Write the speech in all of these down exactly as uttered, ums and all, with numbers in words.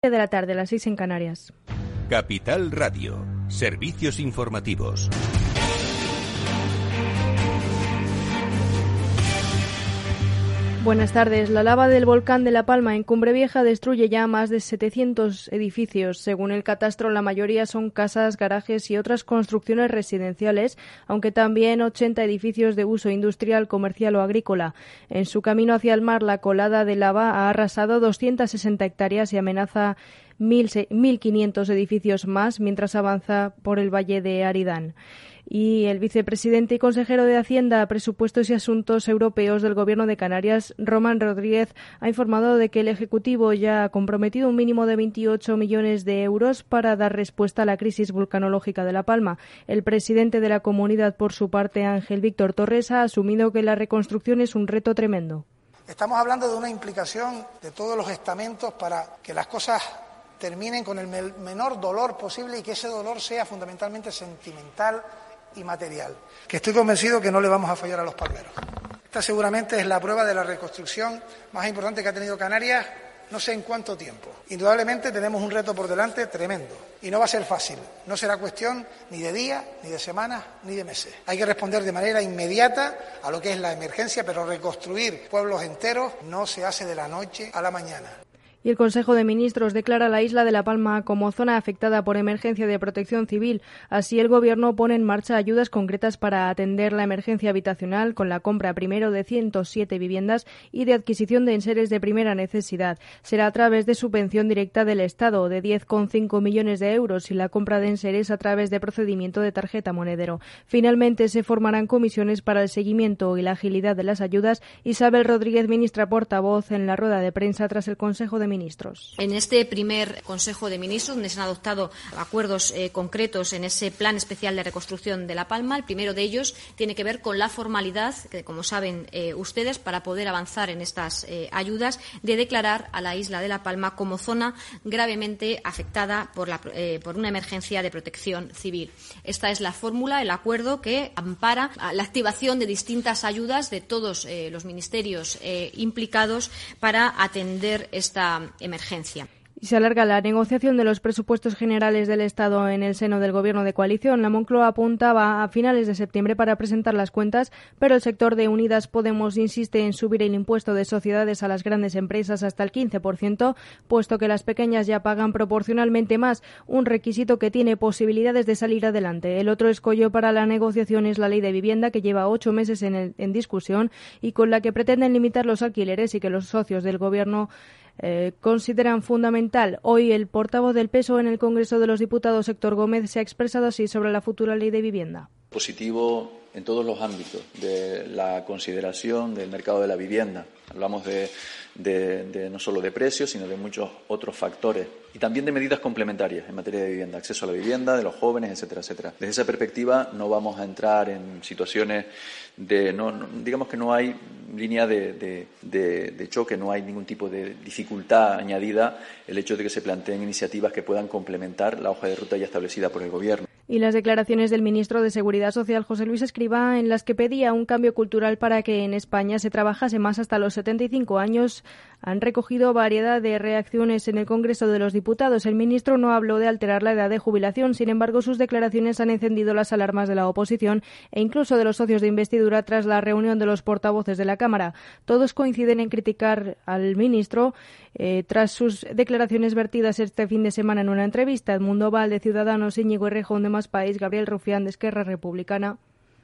de la tarde, a las seis en Canarias. Capital Radio, servicios informativos. Buenas tardes. La lava del volcán de La Palma en Cumbre Vieja destruye ya más de setecientos edificios. Según el catastro, la mayoría son casas, garajes y otras construcciones residenciales, aunque también ochenta edificios de uso industrial, comercial o agrícola. En su camino hacia el mar, la colada de lava ha arrasado doscientas sesenta hectáreas y amenaza mil quinientos edificios más mientras avanza por el valle de Aridán. Y el vicepresidente y consejero de Hacienda, Presupuestos y Asuntos Europeos del Gobierno de Canarias, Román Rodríguez, ha informado de que el Ejecutivo ya ha comprometido un mínimo de veintiocho millones de euros para dar respuesta a la crisis vulcanológica de La Palma. El presidente de la comunidad, por su parte, Ángel Víctor Torres, ha asumido que la reconstrucción es un reto tremendo. Estamos hablando de una implicación de todos los estamentos para que las cosas terminen con el menor dolor posible y que ese dolor sea fundamentalmente sentimental y material, que estoy convencido que no le vamos a fallar a los palmeros. Esta seguramente es la prueba de la reconstrucción más importante que ha tenido Canarias, no sé en cuánto tiempo. Indudablemente tenemos un reto por delante tremendo y no va a ser fácil, no será cuestión ni de días, ni de semanas, ni de meses. Hay que responder de manera inmediata a lo que es la emergencia, pero reconstruir pueblos enteros no se hace de la noche a la mañana. Y el Consejo de Ministros declara la isla de La Palma como zona afectada por emergencia de protección civil. Así, el Gobierno pone en marcha ayudas concretas para atender la emergencia habitacional, con la compra primero de ciento siete viviendas y de adquisición de enseres de primera necesidad. Será a través de subvención directa del Estado de diez coma cinco millones de euros y la compra de enseres a través de procedimiento de tarjeta monedero. Finalmente, se formarán comisiones para el seguimiento y la agilidad de las ayudas. Isabel Rodríguez, ministra portavoz, en la rueda de prensa tras el Consejo de Ministros. En este primer Consejo de Ministros, donde se han adoptado acuerdos eh, concretos en ese Plan Especial de Reconstrucción de La Palma, el primero de ellos tiene que ver con la formalidad, que como saben eh, ustedes, para poder avanzar en estas eh, ayudas, de declarar a la isla de La Palma como zona gravemente afectada por, la, eh, por una emergencia de protección civil. Esta es la fórmula, el acuerdo que ampara la activación de distintas ayudas de todos eh, los ministerios eh, implicados para atender esta emergencia. Y se alarga la negociación de los presupuestos generales del Estado en el seno del Gobierno de coalición. La Moncloa apuntaba a finales de septiembre para presentar las cuentas, pero el sector de Unidas Podemos insiste en subir el impuesto de sociedades a las grandes empresas hasta el quince por ciento, puesto que las pequeñas ya pagan proporcionalmente más, un requisito que tiene posibilidades de salir adelante. El otro escollo para la negociación es la ley de vivienda, que lleva ocho meses en, el, en discusión y con la que pretenden limitar los alquileres y que los socios del Gobierno Eh, consideran fundamental. Hoy el portavoz del P S O E en el Congreso de los Diputados, Héctor Gómez, se ha expresado así sobre la futura ley de vivienda. Positivo en todos los ámbitos de la consideración del mercado de la vivienda. Hablamos de, de, de no solo de precios, sino de muchos otros factores. Y también de medidas complementarias en materia de vivienda, acceso a la vivienda, de los jóvenes, etcétera, etcétera. Desde esa perspectiva no vamos a entrar en situaciones de, no, no, digamos que no hay línea de, de, de, de choque, no hay ningún tipo de dificultad añadida el hecho de que se planteen iniciativas que puedan complementar la hoja de ruta ya establecida por el Gobierno. Y las declaraciones del ministro de Seguridad Social, José Luis Escrivá, en las que pedía un cambio cultural para que en España se trabajase más hasta los setenta y cinco años, han recogido variedad de reacciones en el Congreso de los Diputados. El ministro no habló de alterar la edad de jubilación, sin embargo, sus declaraciones han encendido las alarmas de la oposición e incluso de los socios de investidura tras la reunión de los portavoces de la Cámara. Todos coinciden en criticar al ministro eh, tras sus declaraciones vertidas este fin de semana en una entrevista. Edmundo Val, de Ciudadanos, Íñigo Errejón, de Más País, Gabriel Rufián, de Esquerra Republicana.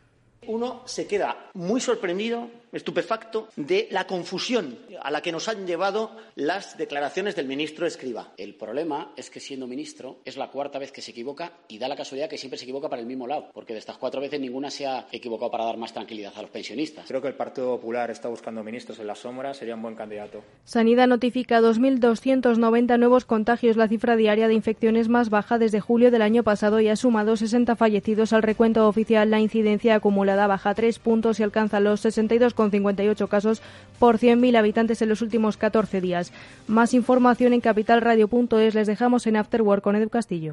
Uno se queda muy sorprendido, estupefacto, de la confusión a la que nos han llevado las declaraciones del ministro Escrivá. El problema es que, siendo ministro, es la cuarta vez que se equivoca y da la casualidad que siempre se equivoca para el mismo lado, porque de estas cuatro veces ninguna se ha equivocado para dar más tranquilidad a los pensionistas. Creo que el Partido Popular está buscando ministros en la sombra, sería un buen candidato. Sanidad notifica dos mil doscientos noventa nuevos contagios, la cifra diaria de infecciones más baja desde julio del año pasado, y ha sumado sesenta fallecidos al recuento oficial. La incidencia acumulada baja tres puntos y alcanza los sesenta y dos coma cincuenta y ocho casos por cien mil habitantes en los últimos catorce días. Más información en capital radio punto es. Les dejamos en After Work con Edu Castillo.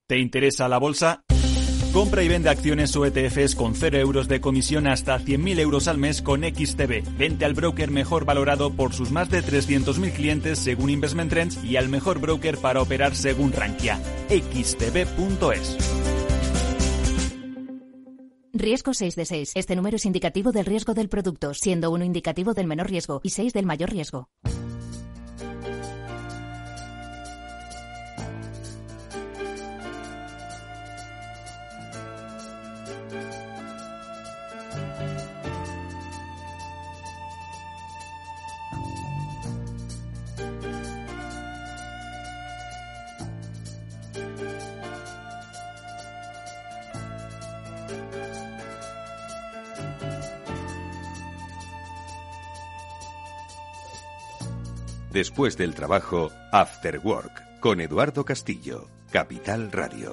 ¿Te interesa la bolsa? Compra y vende acciones o E T Fs con cero euros de comisión hasta cien mil euros al mes con X T B. Vente al broker mejor valorado por sus más de trescientos mil clientes según Investment Trends y al mejor broker para operar según Rankia. X T B punto es. Riesgo seis de seis. Este número es indicativo del riesgo del producto, siendo uno indicativo del menor riesgo y seis del mayor riesgo. Después del trabajo, After Work, con Eduardo Castillo, Capital Radio.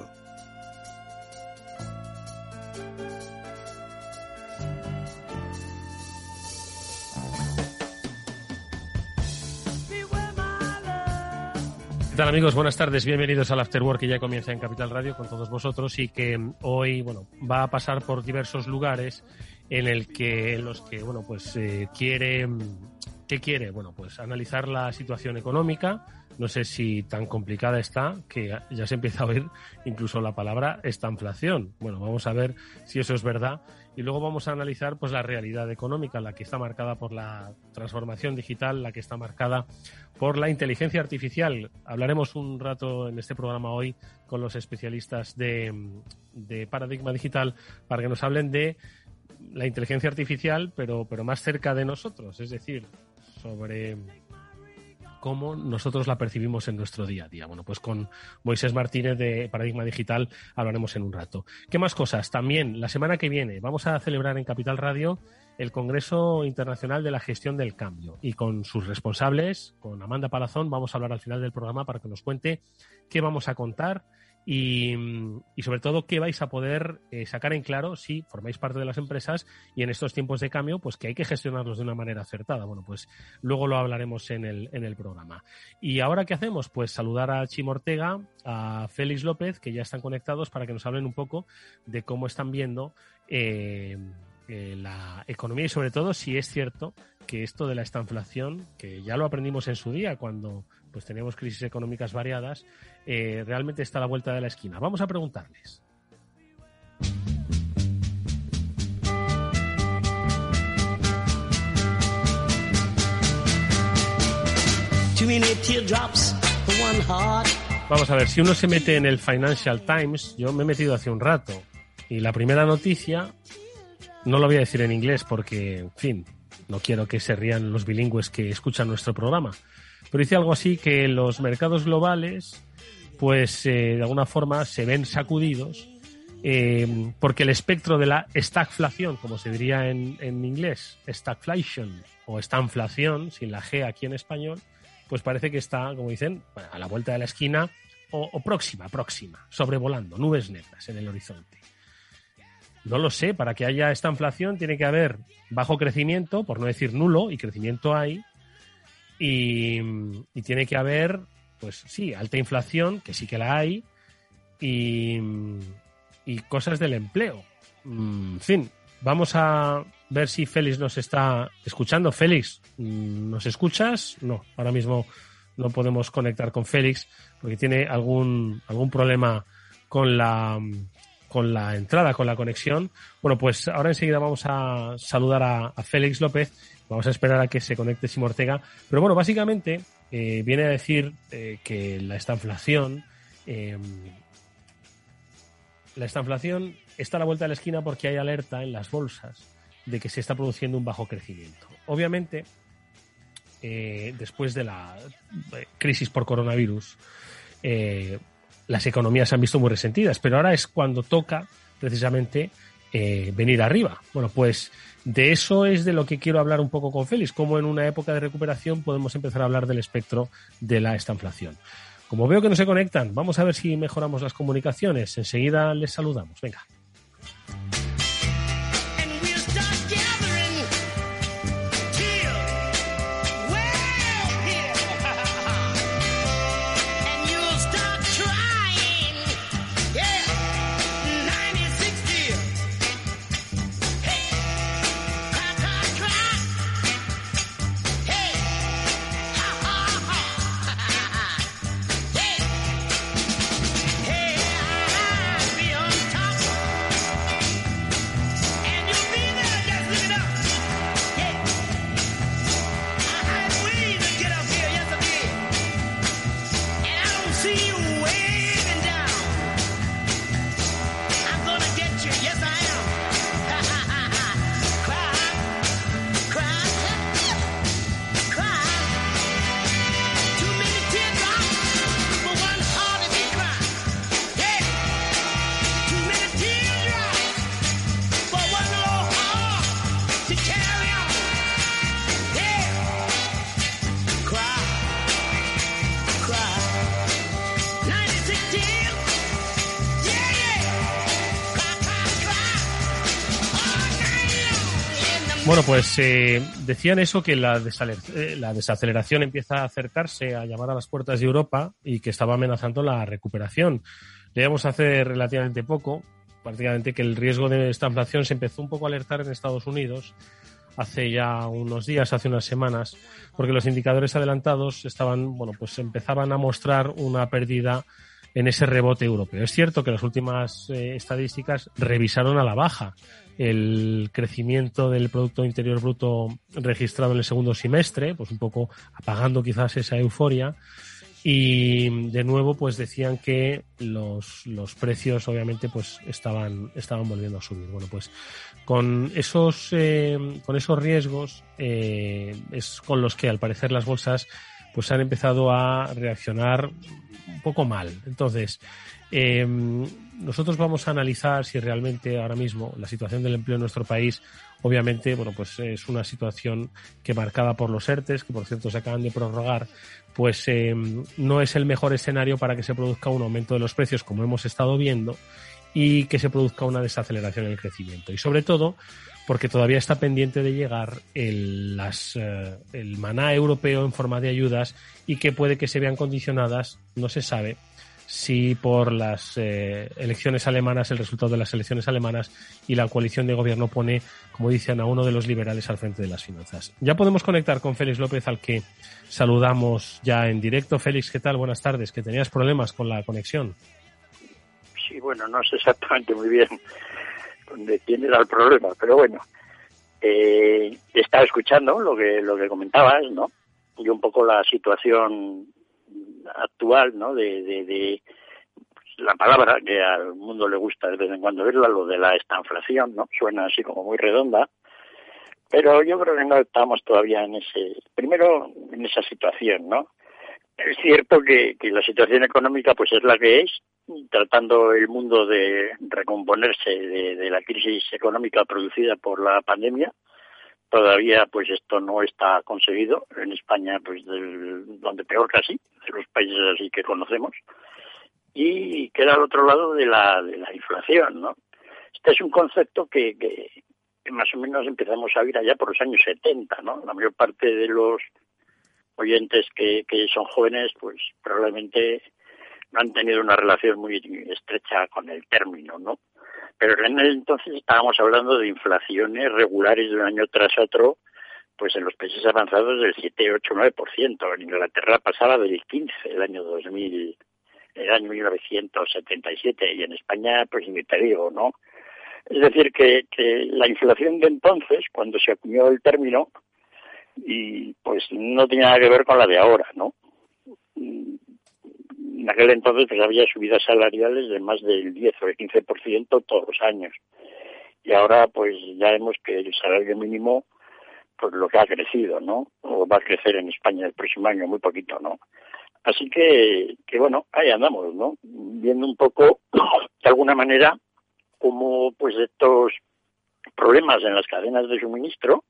¿Qué tal, amigos? Buenas tardes, bienvenidos al After Work, que ya comienza en Capital Radio con todos vosotros y que hoy, bueno, va a pasar por diversos lugares en el que, en los que, bueno, pues eh, quiere... ¿Qué quiere? Bueno, pues analizar la situación económica. No sé si tan complicada está, que ya se empieza a oír incluso la palabra estanflación. Bueno, vamos a ver si eso es verdad. Y luego vamos a analizar pues la realidad económica, la que está marcada por la transformación digital, la que está marcada por la inteligencia artificial. Hablaremos un rato en este programa hoy con los especialistas de, de Paradigma Digital para que nos hablen de la inteligencia artificial, pero, pero más cerca de nosotros, es decir, sobre cómo nosotros la percibimos en nuestro día a día. Bueno, pues con Moisés Martínez de Paradigma Digital hablaremos en un rato. ¿Qué más cosas? También, la semana que viene vamos a celebrar en Capital Radio el Congreso Internacional de la Gestión del Cambio y con sus responsables, con Amanda Palazón, vamos a hablar al final del programa para que nos cuente qué vamos a contar y, y sobre todo qué vais a poder eh, sacar en claro si formáis parte de las empresas y en estos tiempos de cambio pues que hay que gestionarlos de una manera acertada. Bueno, pues luego lo hablaremos en el, en el programa. ¿Y ahora qué hacemos? Pues saludar a Chimo Ortega, a Félix López, que ya están conectados para que nos hablen un poco de cómo están viendo eh, eh, la economía y sobre todo si es cierto que esto de la estanflación, que ya lo aprendimos en su día cuando pues teníamos crisis económicas variadas, eh, realmente está a la vuelta de la esquina. Vamos a preguntarles. Vamos a ver, si uno se mete en el Financial Times, yo me he metido hace un rato, y la primera noticia, no lo voy a decir en inglés porque, en fin, no quiero que se rían los bilingües que escuchan nuestro programa, pero dice algo así que los mercados globales, pues eh, de alguna forma se ven sacudidos eh, porque el espectro de la stagflación, como se diría en, en inglés, stagflation o estanflación, sin la G aquí en español, pues parece que está, como dicen, a la vuelta de la esquina o, o próxima, próxima, sobrevolando, nubes negras en el horizonte. No lo sé, para que haya esta inflación tiene que haber bajo crecimiento, por no decir nulo, y crecimiento hay, y, y tiene que haber, pues sí, alta inflación, que sí que la hay, y, y cosas del empleo. En fin, vamos a ver si Félix nos está escuchando. Félix, ¿nos escuchas? No, ahora mismo no podemos conectar con Félix porque tiene algún, algún problema con la... con la entrada, con la conexión. Bueno, pues ahora enseguida vamos a saludar a, a Félix López, vamos a esperar a que se conecte Chimo Ortega, pero bueno, básicamente eh, viene a decir eh, que la estanflación eh, la estanflación está a la vuelta de la esquina porque hay alerta en las bolsas de que se está produciendo un bajo crecimiento. Obviamente, eh, después de la crisis por coronavirus, eh, las economías se han visto muy resentidas, pero ahora es cuando toca precisamente eh, venir arriba. Bueno, pues de eso es de lo que quiero hablar un poco con Félix, cómo en una época de recuperación podemos empezar a hablar del espectro de la estanflación. Como veo que no se conectan, vamos a ver si mejoramos las comunicaciones. Enseguida les saludamos. Venga. Bueno, pues eh, decían eso, que la, desaler- la desaceleración empieza a acercarse, a llamar a las puertas de Europa y que estaba amenazando la recuperación. Leíamos hace relativamente poco, prácticamente, que el riesgo de esta inflación se empezó un poco a alertar en Estados Unidos hace ya unos días, hace unas semanas, porque los indicadores adelantados estaban, bueno, pues empezaban a mostrar una pérdida en ese rebote europeo. Es cierto que las últimas eh, estadísticas revisaron a la baja el crecimiento del Producto Interior Bruto registrado en el segundo semestre, pues un poco apagando quizás esa euforia, y de nuevo pues decían que los, los precios obviamente pues estaban, estaban volviendo a subir. Bueno, pues con esos, eh, con esos riesgos eh, es con los que al parecer las bolsas pues han empezado a reaccionar un poco mal. Entonces, eh, nosotros vamos a analizar si realmente ahora mismo la situación del empleo en nuestro país, obviamente, bueno, pues es una situación que marcada por los ERTES, que por cierto se acaban de prorrogar, pues eh, no es el mejor escenario para que se produzca un aumento de los precios como hemos estado viendo y que se produzca una desaceleración en el crecimiento. Y sobre todo porque todavía está pendiente de llegar el, las, eh, el maná europeo en forma de ayudas y que puede que se vean condicionadas, no se sabe, si por las eh, elecciones alemanas, el resultado de las elecciones alemanas y la coalición de gobierno pone, como dicen, a uno de los liberales al frente de las finanzas. Ya podemos conectar con Félix López, al que saludamos ya en directo. Félix, ¿qué tal? Buenas tardes, que tenías problemas con la conexión. Sí, bueno, no sé exactamente muy bien de quién era el problema, pero bueno, eh, estaba escuchando lo que lo que comentabas, ¿no? Y un poco la situación actual, ¿no? De, de, de la palabra que al mundo le gusta de vez en cuando verla, lo de la estanflación, ¿no? Suena así como muy redonda, pero yo creo que no estamos todavía en ese, primero en esa situación, ¿no? Es cierto que, que la situación económica pues es la que es, tratando el mundo de recomponerse de, de la crisis económica producida por la pandemia. Todavía pues esto no está conseguido. En España pues del, donde peor casi, de los países así que conocemos. Y queda al otro lado de la, de la inflación, ¿no? Este es un concepto que, que, que más o menos empezamos a oír allá por los años setenta, ¿no? La mayor parte de los oyentes que, que son jóvenes pues probablemente no han tenido una relación muy estrecha con el término, ¿no? Pero en el entonces estábamos hablando de inflaciones regulares de un año tras otro, pues en los países avanzados del siete, ocho, nueve por ciento. En Inglaterra pasaba del quince el año dos mil, el año mil novecientos setenta y siete, y en España pues ni te digo, ¿no? Es decir, que, que la inflación de entonces, cuando se acuñó el término, y pues no tiene nada que ver con la de ahora, ¿no? En aquel entonces pues había subidas salariales de más del diez o el quince por ciento todos los años. Y ahora pues ya vemos que el salario mínimo pues lo que ha crecido, ¿no? O va a crecer en España el próximo año, muy poquito, ¿no? Así que, que bueno, ahí andamos, ¿no? Viendo un poco, de alguna manera, cómo pues estos problemas en las cadenas de suministro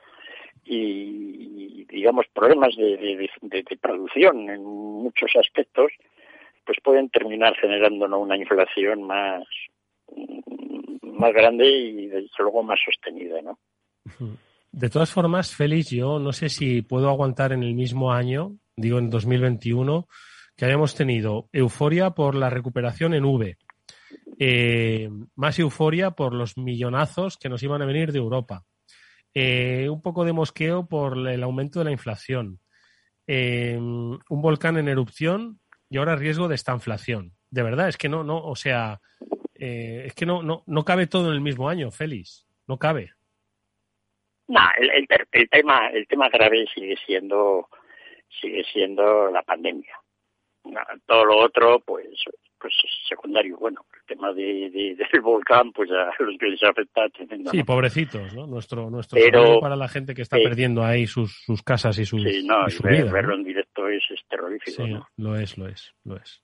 y, digamos, problemas de, de, de, de producción en muchos aspectos, pues pueden terminar generando, ¿no?, una inflación más, más grande y, desde luego, más sostenida, ¿no? De todas formas, Félix, yo no sé si puedo aguantar en el mismo año, digo en dos mil veintiuno, que hayamos tenido euforia por la recuperación en V, eh, más euforia por los millonazos que nos iban a venir de Europa, eh, un poco de mosqueo por el aumento de la inflación, eh, un volcán en erupción y ahora riesgo de estanflación. De verdad, es que no, no, o sea, eh, es que no, no, no cabe todo en el mismo año, Félix, no cabe. No, el, el, el tema, el tema grave sigue siendo, sigue siendo la pandemia. No, todo lo otro, pues, pues secundario. Bueno, el tema de, de, del volcán, pues a los que les afecta tremendamente. Sí, pobrecitos, ¿no? Nuestro, nuestro Pero, saludo para la gente que está eh, perdiendo ahí sus, sus casas y sus, sí, no, y su ver, vida, verlo ¿no? en directo es, es terrorífico, Sí, ¿no? lo es, lo es, lo es.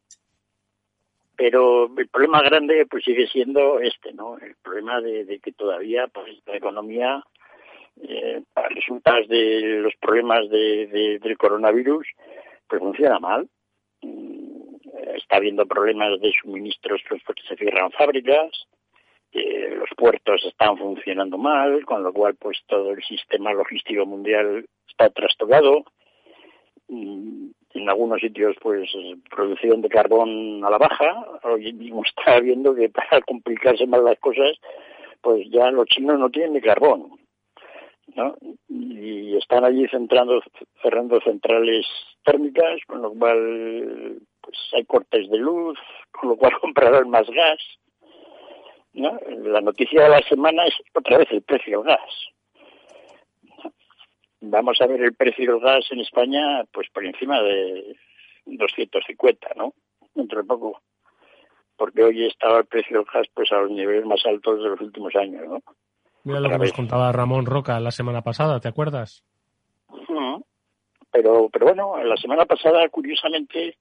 Pero el problema grande, pues sigue siendo este, ¿no? El problema de, de que todavía, pues, la economía, eh, a resultas de los problemas de, de, del coronavirus, pues funciona mal. Está habiendo problemas de suministros pues porque se cierran fábricas, eh, los puertos están funcionando mal, con lo cual pues todo el sistema logístico mundial está trastocado. En algunos sitios pues producción de carbón a la baja. Hoy mismo está viendo que para complicarse más las cosas pues ya los chinos no tienen ni carbón, ¿no? Y están allí centrando, cerrando centrales térmicas, con lo cual pues hay cortes de luz, con lo cual comprarán más gas, ¿no? La noticia de la semana es otra vez el precio del gas. Vamos a ver el precio del gas en España pues por encima de doscientos cincuenta, ¿no? Dentro de poco. Porque hoy estaba el precio del gas pues a los niveles más altos de los últimos años, ¿no? Mira lo que nos contaba Ramón Roca la semana pasada, ¿te acuerdas? Uh-huh. Pero, pero bueno, la semana pasada, curiosamente,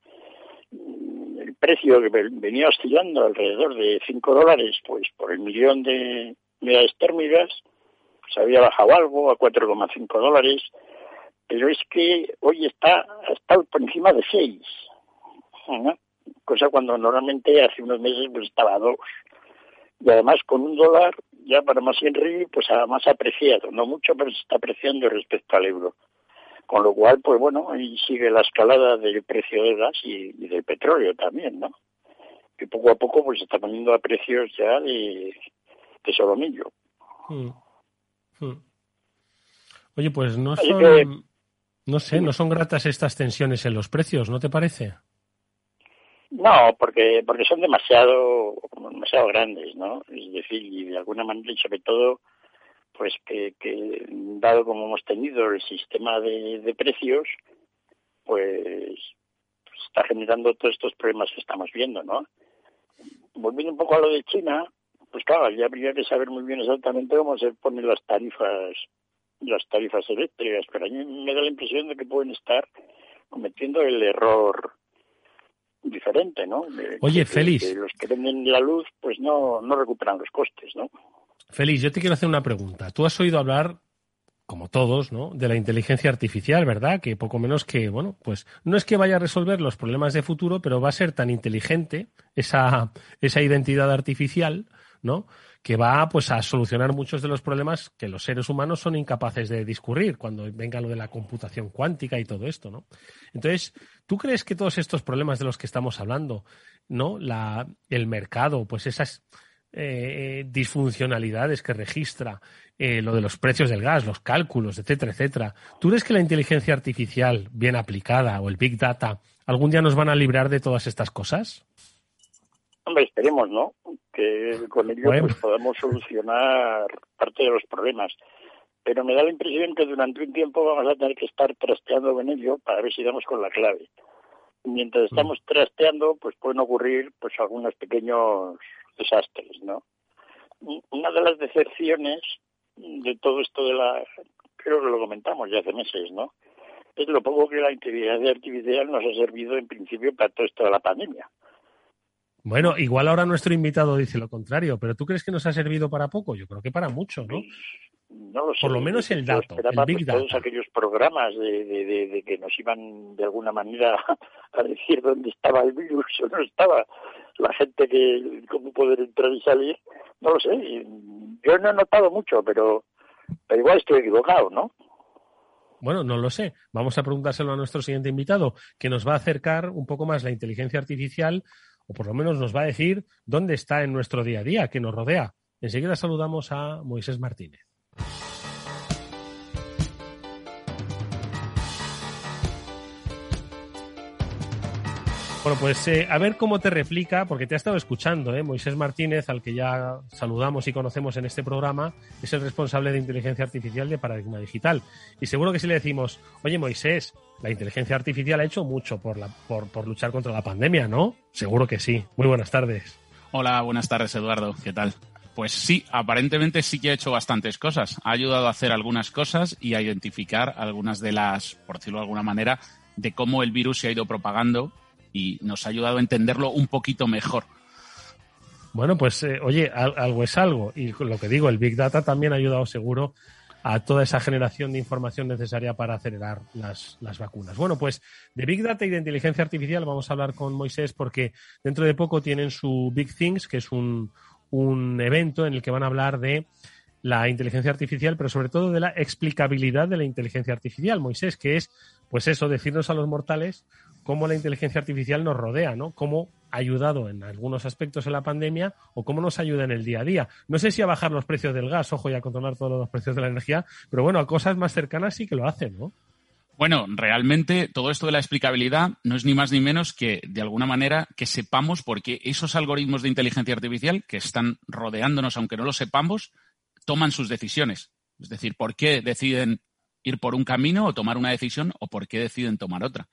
el precio que venía oscilando alrededor de cinco dólares, pues por el millón de unidades térmicas, pues había bajado algo a cuatro coma cinco dólares, pero es que hoy está, ha estado por encima de seis, ¿no? Cosa cuando normalmente hace unos meses pues estaba a dos. Y además con un dólar, ya para más Henry, pues más apreciado, no mucho, pero se está apreciando respecto al euro. Con lo cual, pues bueno, ahí sigue la escalada del precio del gas y, y del petróleo también, ¿no? Que poco a poco pues se está poniendo a precios ya de, de solomillo. Hmm. Hmm. Oye, pues no Así son, que, no sé, no son gratas estas tensiones en los precios, ¿no te parece? No, porque porque son demasiado demasiado grandes, ¿no? Es decir, y de alguna manera, y sobre todo, pues que, que dado como hemos tenido el sistema de, de precios, pues está generando todos estos problemas que estamos viendo, ¿no? Volviendo un poco a lo de China, pues claro, ya habría que saber muy bien exactamente cómo se ponen las tarifas las tarifas eléctricas, pero a mí me da la impresión de que pueden estar cometiendo el error diferente, ¿no? De, Oye, que, Félix. Que los que venden la luz, pues no, no recuperan los costes, ¿no? Félix, yo te quiero hacer una pregunta. Tú has oído hablar, como todos, ¿no?, de la inteligencia artificial, ¿verdad? Que poco menos que, bueno, pues no es que vaya a resolver los problemas de futuro, pero va a ser tan inteligente esa, esa identidad artificial, ¿no?, que va pues a solucionar muchos de los problemas que los seres humanos son incapaces de discurrir cuando venga lo de la computación cuántica y todo esto, ¿no? Entonces, ¿tú crees que todos estos problemas de los que estamos hablando, ¿no?, la, el mercado, pues esas eh, disfuncionalidades que registra, eh, lo de los precios del gas, los cálculos, etcétera, etcétera, ¿tú crees que la inteligencia artificial bien aplicada o el Big Data algún día nos van a librar de todas estas cosas? Hombre, esperemos, ¿no?, que con ello bueno. pues podamos solucionar parte de los problemas. Pero me da la impresión que durante un tiempo vamos a tener que estar trasteando con ello para ver si damos con la clave. Mientras estamos mm. trasteando, pues pueden ocurrir pues algunos pequeños desastres, ¿no? Una de las decepciones de todo esto de la... creo que lo comentamos ya hace meses, ¿no?, es lo poco que la inteligencia artificial nos ha servido en principio para todo esto de la pandemia. Bueno, igual ahora nuestro invitado dice lo contrario, pero ¿tú crees que nos ha servido para poco? Yo creo que para mucho, ¿no? No lo sé. Por lo menos el dato, el Big Data. Todos aquellos programas de, de, de, de que nos iban de alguna manera a decir dónde estaba el virus o no estaba, la gente que cómo poder entrar y salir, no lo sé. Yo no he notado mucho, pero, pero igual estoy equivocado, ¿no? Bueno, no lo sé. Vamos a preguntárselo a nuestro siguiente invitado, que nos va a acercar un poco más la inteligencia artificial, o por lo menos nos va a decir dónde está en nuestro día a día, que nos rodea. Enseguida saludamos a Moisés Martínez. Bueno, pues eh, a ver cómo te replica, porque te ha estado escuchando, ¿eh? Moisés Martínez, al que ya saludamos y conocemos en este programa, es el responsable de inteligencia artificial de Paradigma Digital. Y seguro que si le decimos, oye Moisés, la inteligencia artificial ha hecho mucho por, la, por, por luchar contra la pandemia, ¿no? Seguro que sí. Muy buenas tardes. Hola, buenas tardes, Eduardo. ¿Qué tal? Pues sí, aparentemente sí que ha hecho bastantes cosas. Ha ayudado a hacer algunas cosas y a identificar algunas de las, por decirlo de alguna manera, de cómo el virus se ha ido propagando, y nos ha ayudado a entenderlo un poquito mejor. Bueno, pues eh, oye, al, algo es algo. Y lo que digo, el Big Data también ha ayudado seguro a toda esa generación de información necesaria para acelerar las, las vacunas. Bueno, pues de Big Data y de inteligencia artificial vamos a hablar con Moisés, porque dentro de poco tienen su Big Things, que es un, un evento en el que van a hablar de la inteligencia artificial, pero sobre todo de la explicabilidad de la inteligencia artificial, Moisés, que es, pues eso, decirnos a los mortales cómo la inteligencia artificial nos rodea, ¿no? Cómo ha ayudado en algunos aspectos en la pandemia o cómo nos ayuda en el día a día. No sé si a bajar los precios del gas, ojo, y a controlar todos los precios de la energía, pero bueno, a cosas más cercanas sí que lo hacen, ¿no? Bueno, realmente todo esto de la explicabilidad no es ni más ni menos que, de alguna manera, que sepamos por qué esos algoritmos de inteligencia artificial que están rodeándonos, aunque no lo sepamos, toman sus decisiones. Es decir, por qué deciden ir por un camino o tomar una decisión o por qué deciden tomar otra.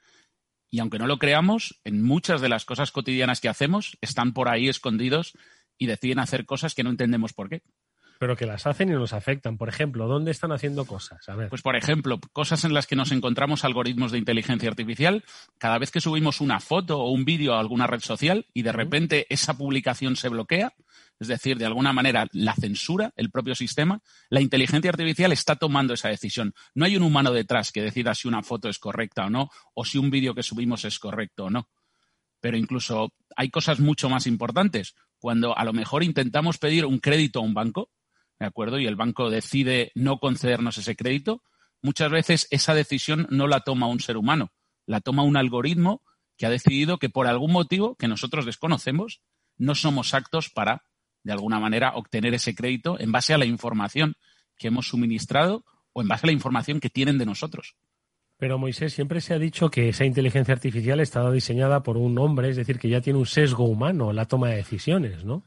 Y aunque no lo creamos, en muchas de las cosas cotidianas que hacemos están por ahí escondidos y deciden hacer cosas que no entendemos por qué. Pero que las hacen y nos afectan. Por ejemplo, ¿dónde están haciendo cosas? A ver. Pues, por ejemplo, cosas en las que nos encontramos algoritmos de inteligencia artificial. Cada vez que subimos una foto o un vídeo a alguna red social y de repente esa publicación se bloquea, es decir, de alguna manera la censura, el propio sistema, la inteligencia artificial está tomando esa decisión. No hay un humano detrás que decida si una foto es correcta o no, o si un vídeo que subimos es correcto o no. Pero incluso hay cosas mucho más importantes. Cuando a lo mejor intentamos pedir un crédito a un banco, ¿de acuerdo? Y el banco decide no concedernos ese crédito, muchas veces esa decisión no la toma un ser humano, la toma un algoritmo que ha decidido que por algún motivo que nosotros desconocemos no somos aptos para, de alguna manera, obtener ese crédito en base a la información que hemos suministrado o en base a la información que tienen de nosotros. Pero, Moisés, siempre se ha dicho que esa inteligencia artificial estaba diseñada por un hombre, es decir, que ya tiene un sesgo humano en la toma de decisiones, ¿no?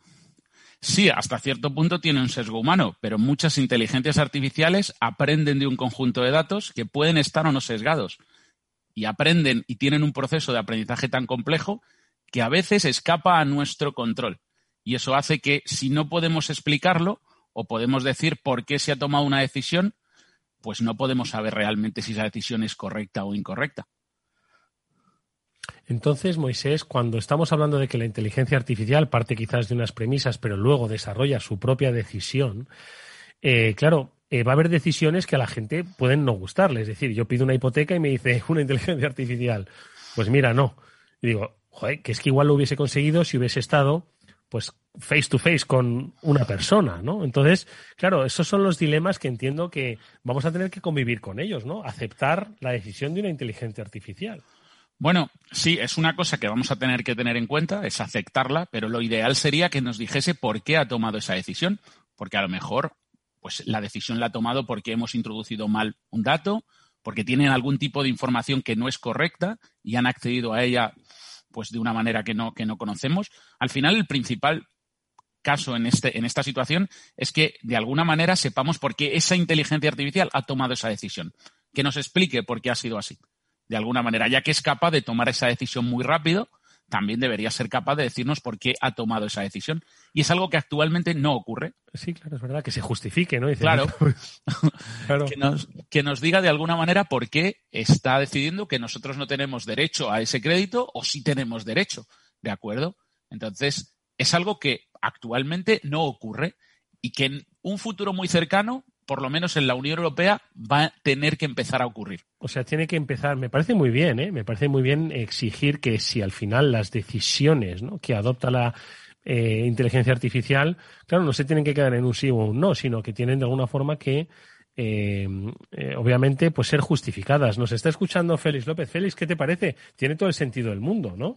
Sí, hasta cierto punto tiene un sesgo humano, pero muchas inteligencias artificiales aprenden de un conjunto de datos que pueden estar o no sesgados. Y aprenden y tienen un proceso de aprendizaje tan complejo que a veces escapa a nuestro control. Y eso hace que, si no podemos explicarlo o podemos decir por qué se ha tomado una decisión, pues no podemos saber realmente si esa decisión es correcta o incorrecta. Entonces, Moisés, cuando estamos hablando de que la inteligencia artificial parte quizás de unas premisas, pero luego desarrolla su propia decisión, eh, claro, eh, va a haber decisiones que a la gente pueden no gustarle. Es decir, yo pido una hipoteca y me dice una inteligencia artificial, pues mira, no. Y digo, joder, que es que igual lo hubiese conseguido si hubiese estado pues face to face con una persona, ¿no? Entonces, claro, esos son los dilemas que entiendo que vamos a tener que convivir con ellos, ¿no? Aceptar la decisión de una inteligencia artificial. Bueno, sí, es una cosa que vamos a tener que tener en cuenta, es aceptarla, pero lo ideal sería que nos dijese por qué ha tomado esa decisión, porque a lo mejor pues la decisión la ha tomado porque hemos introducido mal un dato, porque tienen algún tipo de información que no es correcta y han accedido a ella pues de una manera que no, que no conocemos. Al final, el principal caso en, este, en esta situación es que de alguna manera sepamos por qué esa inteligencia artificial ha tomado esa decisión, que nos explique por qué ha sido así. De alguna manera, ya que es capaz de tomar esa decisión muy rápido, también debería ser capaz de decirnos por qué ha tomado esa decisión. Y es algo que actualmente no ocurre. Sí, claro, es verdad, que se justifique, ¿no? Dice, claro, claro. Que, nos, que nos diga de alguna manera por qué está decidiendo que nosotros no tenemos derecho a ese crédito o sí tenemos derecho, ¿de acuerdo? Entonces, es algo que actualmente no ocurre y que en un futuro muy cercano, por lo menos en la Unión Europea, va a tener que empezar a ocurrir. O sea, tiene que empezar, me parece muy bien, ¿eh? Me parece muy bien exigir que si al final las decisiones, ¿no?, que adopta la eh, inteligencia artificial, claro, no se tienen que quedar en un sí o un no, sino que tienen de alguna forma que, eh, eh, obviamente, pues ser justificadas. Nos está escuchando Félix López. Félix, ¿qué te parece? Tiene todo el sentido del mundo, ¿no?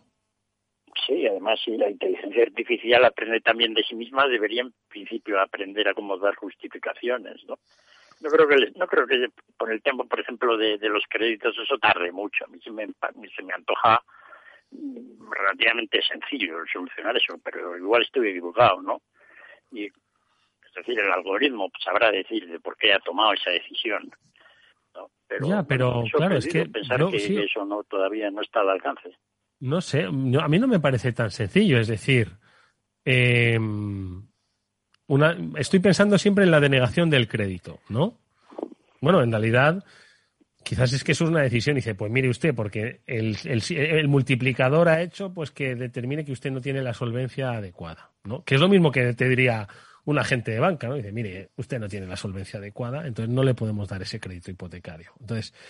Sí, además, si la inteligencia artificial aprende también de sí misma, debería en principio aprender a cómo dar justificaciones, ¿no? No creo que no creo que con el tiempo, por ejemplo, de, de los créditos eso tarde mucho. A mí se me, se me antoja relativamente sencillo solucionar eso, pero igual estoy equivocado, ¿no? Y, es decir, el algoritmo sabrá decir de por qué ha tomado esa decisión, ¿no? Pero, ya, pero claro, es que pensar yo, que sí. eso no todavía no está al alcance. No sé, no, a mí no me parece tan sencillo, es decir, eh, una, estoy pensando siempre en la denegación del crédito, ¿no? Bueno, en realidad, quizás es que eso es una decisión y dice, pues mire usted, porque el, el, el multiplicador ha hecho pues que determine que usted no tiene la solvencia adecuada, ¿no? Que es lo mismo que te diría un agente de banca, ¿no? Dice, mire, usted no tiene la solvencia adecuada, entonces no le podemos dar ese crédito hipotecario. Entonces,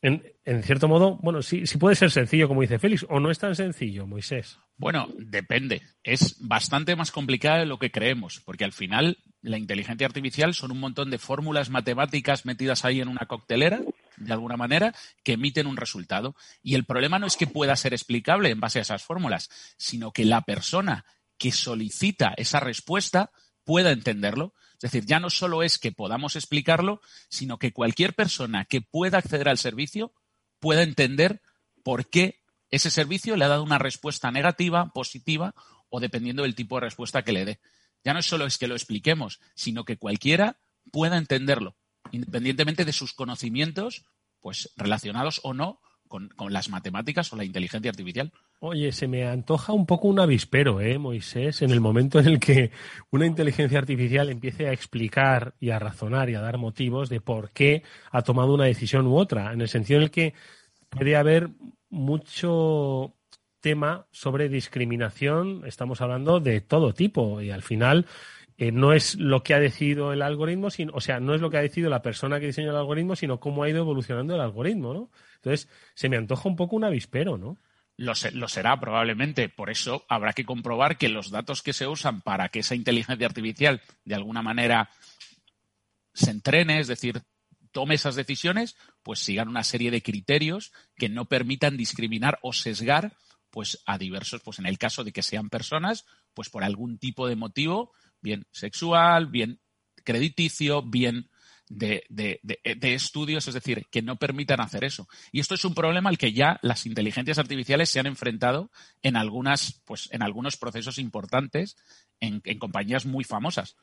En, en cierto modo, bueno, sí, sí puede ser sencillo, como dice Félix, o no es tan sencillo, Moisés. Bueno, depende. Es bastante más complicado de lo que creemos, porque al final la inteligencia artificial son un montón de fórmulas matemáticas metidas ahí en una coctelera, de alguna manera, que emiten un resultado. Y el problema no es que pueda ser explicable en base a esas fórmulas, sino que la persona que solicita esa respuesta pueda entenderlo. Es decir, ya no solo es que podamos explicarlo, sino que cualquier persona que pueda acceder al servicio pueda entender por qué ese servicio le ha dado una respuesta negativa, positiva o dependiendo del tipo de respuesta que le dé. Ya no solo es que lo expliquemos, sino que cualquiera pueda entenderlo, independientemente de sus conocimientos, pues relacionados o no con, con las matemáticas o la inteligencia artificial. Oye, se me antoja un poco un avispero, ¿eh, Moisés? En el momento en el que una inteligencia artificial empiece a explicar y a razonar y a dar motivos de por qué ha tomado una decisión u otra, en el sentido en el que puede haber mucho tema sobre discriminación, estamos hablando de todo tipo y al final eh, no es lo que ha decidido el algoritmo, sino, o sea, no es lo que ha decidido la persona que diseñó el algoritmo, sino cómo ha ido evolucionando el algoritmo, ¿no? Entonces, se me antoja un poco un avispero, ¿no? Lo, se, lo será probablemente. Por eso habrá que comprobar que los datos que se usan para que esa inteligencia artificial de alguna manera se entrene, es decir, tome esas decisiones, pues sigan una serie de criterios que no permitan discriminar o sesgar pues a diversos, pues en el caso de que sean personas, pues por algún tipo de motivo, bien sexual, bien crediticio, bien De, de, de, de estudios, es decir, que no permitan hacer eso. Y esto es un problema al que ya las inteligencias artificiales se han enfrentado en algunas, pues, en algunos procesos importantes en, en compañías muy famosas.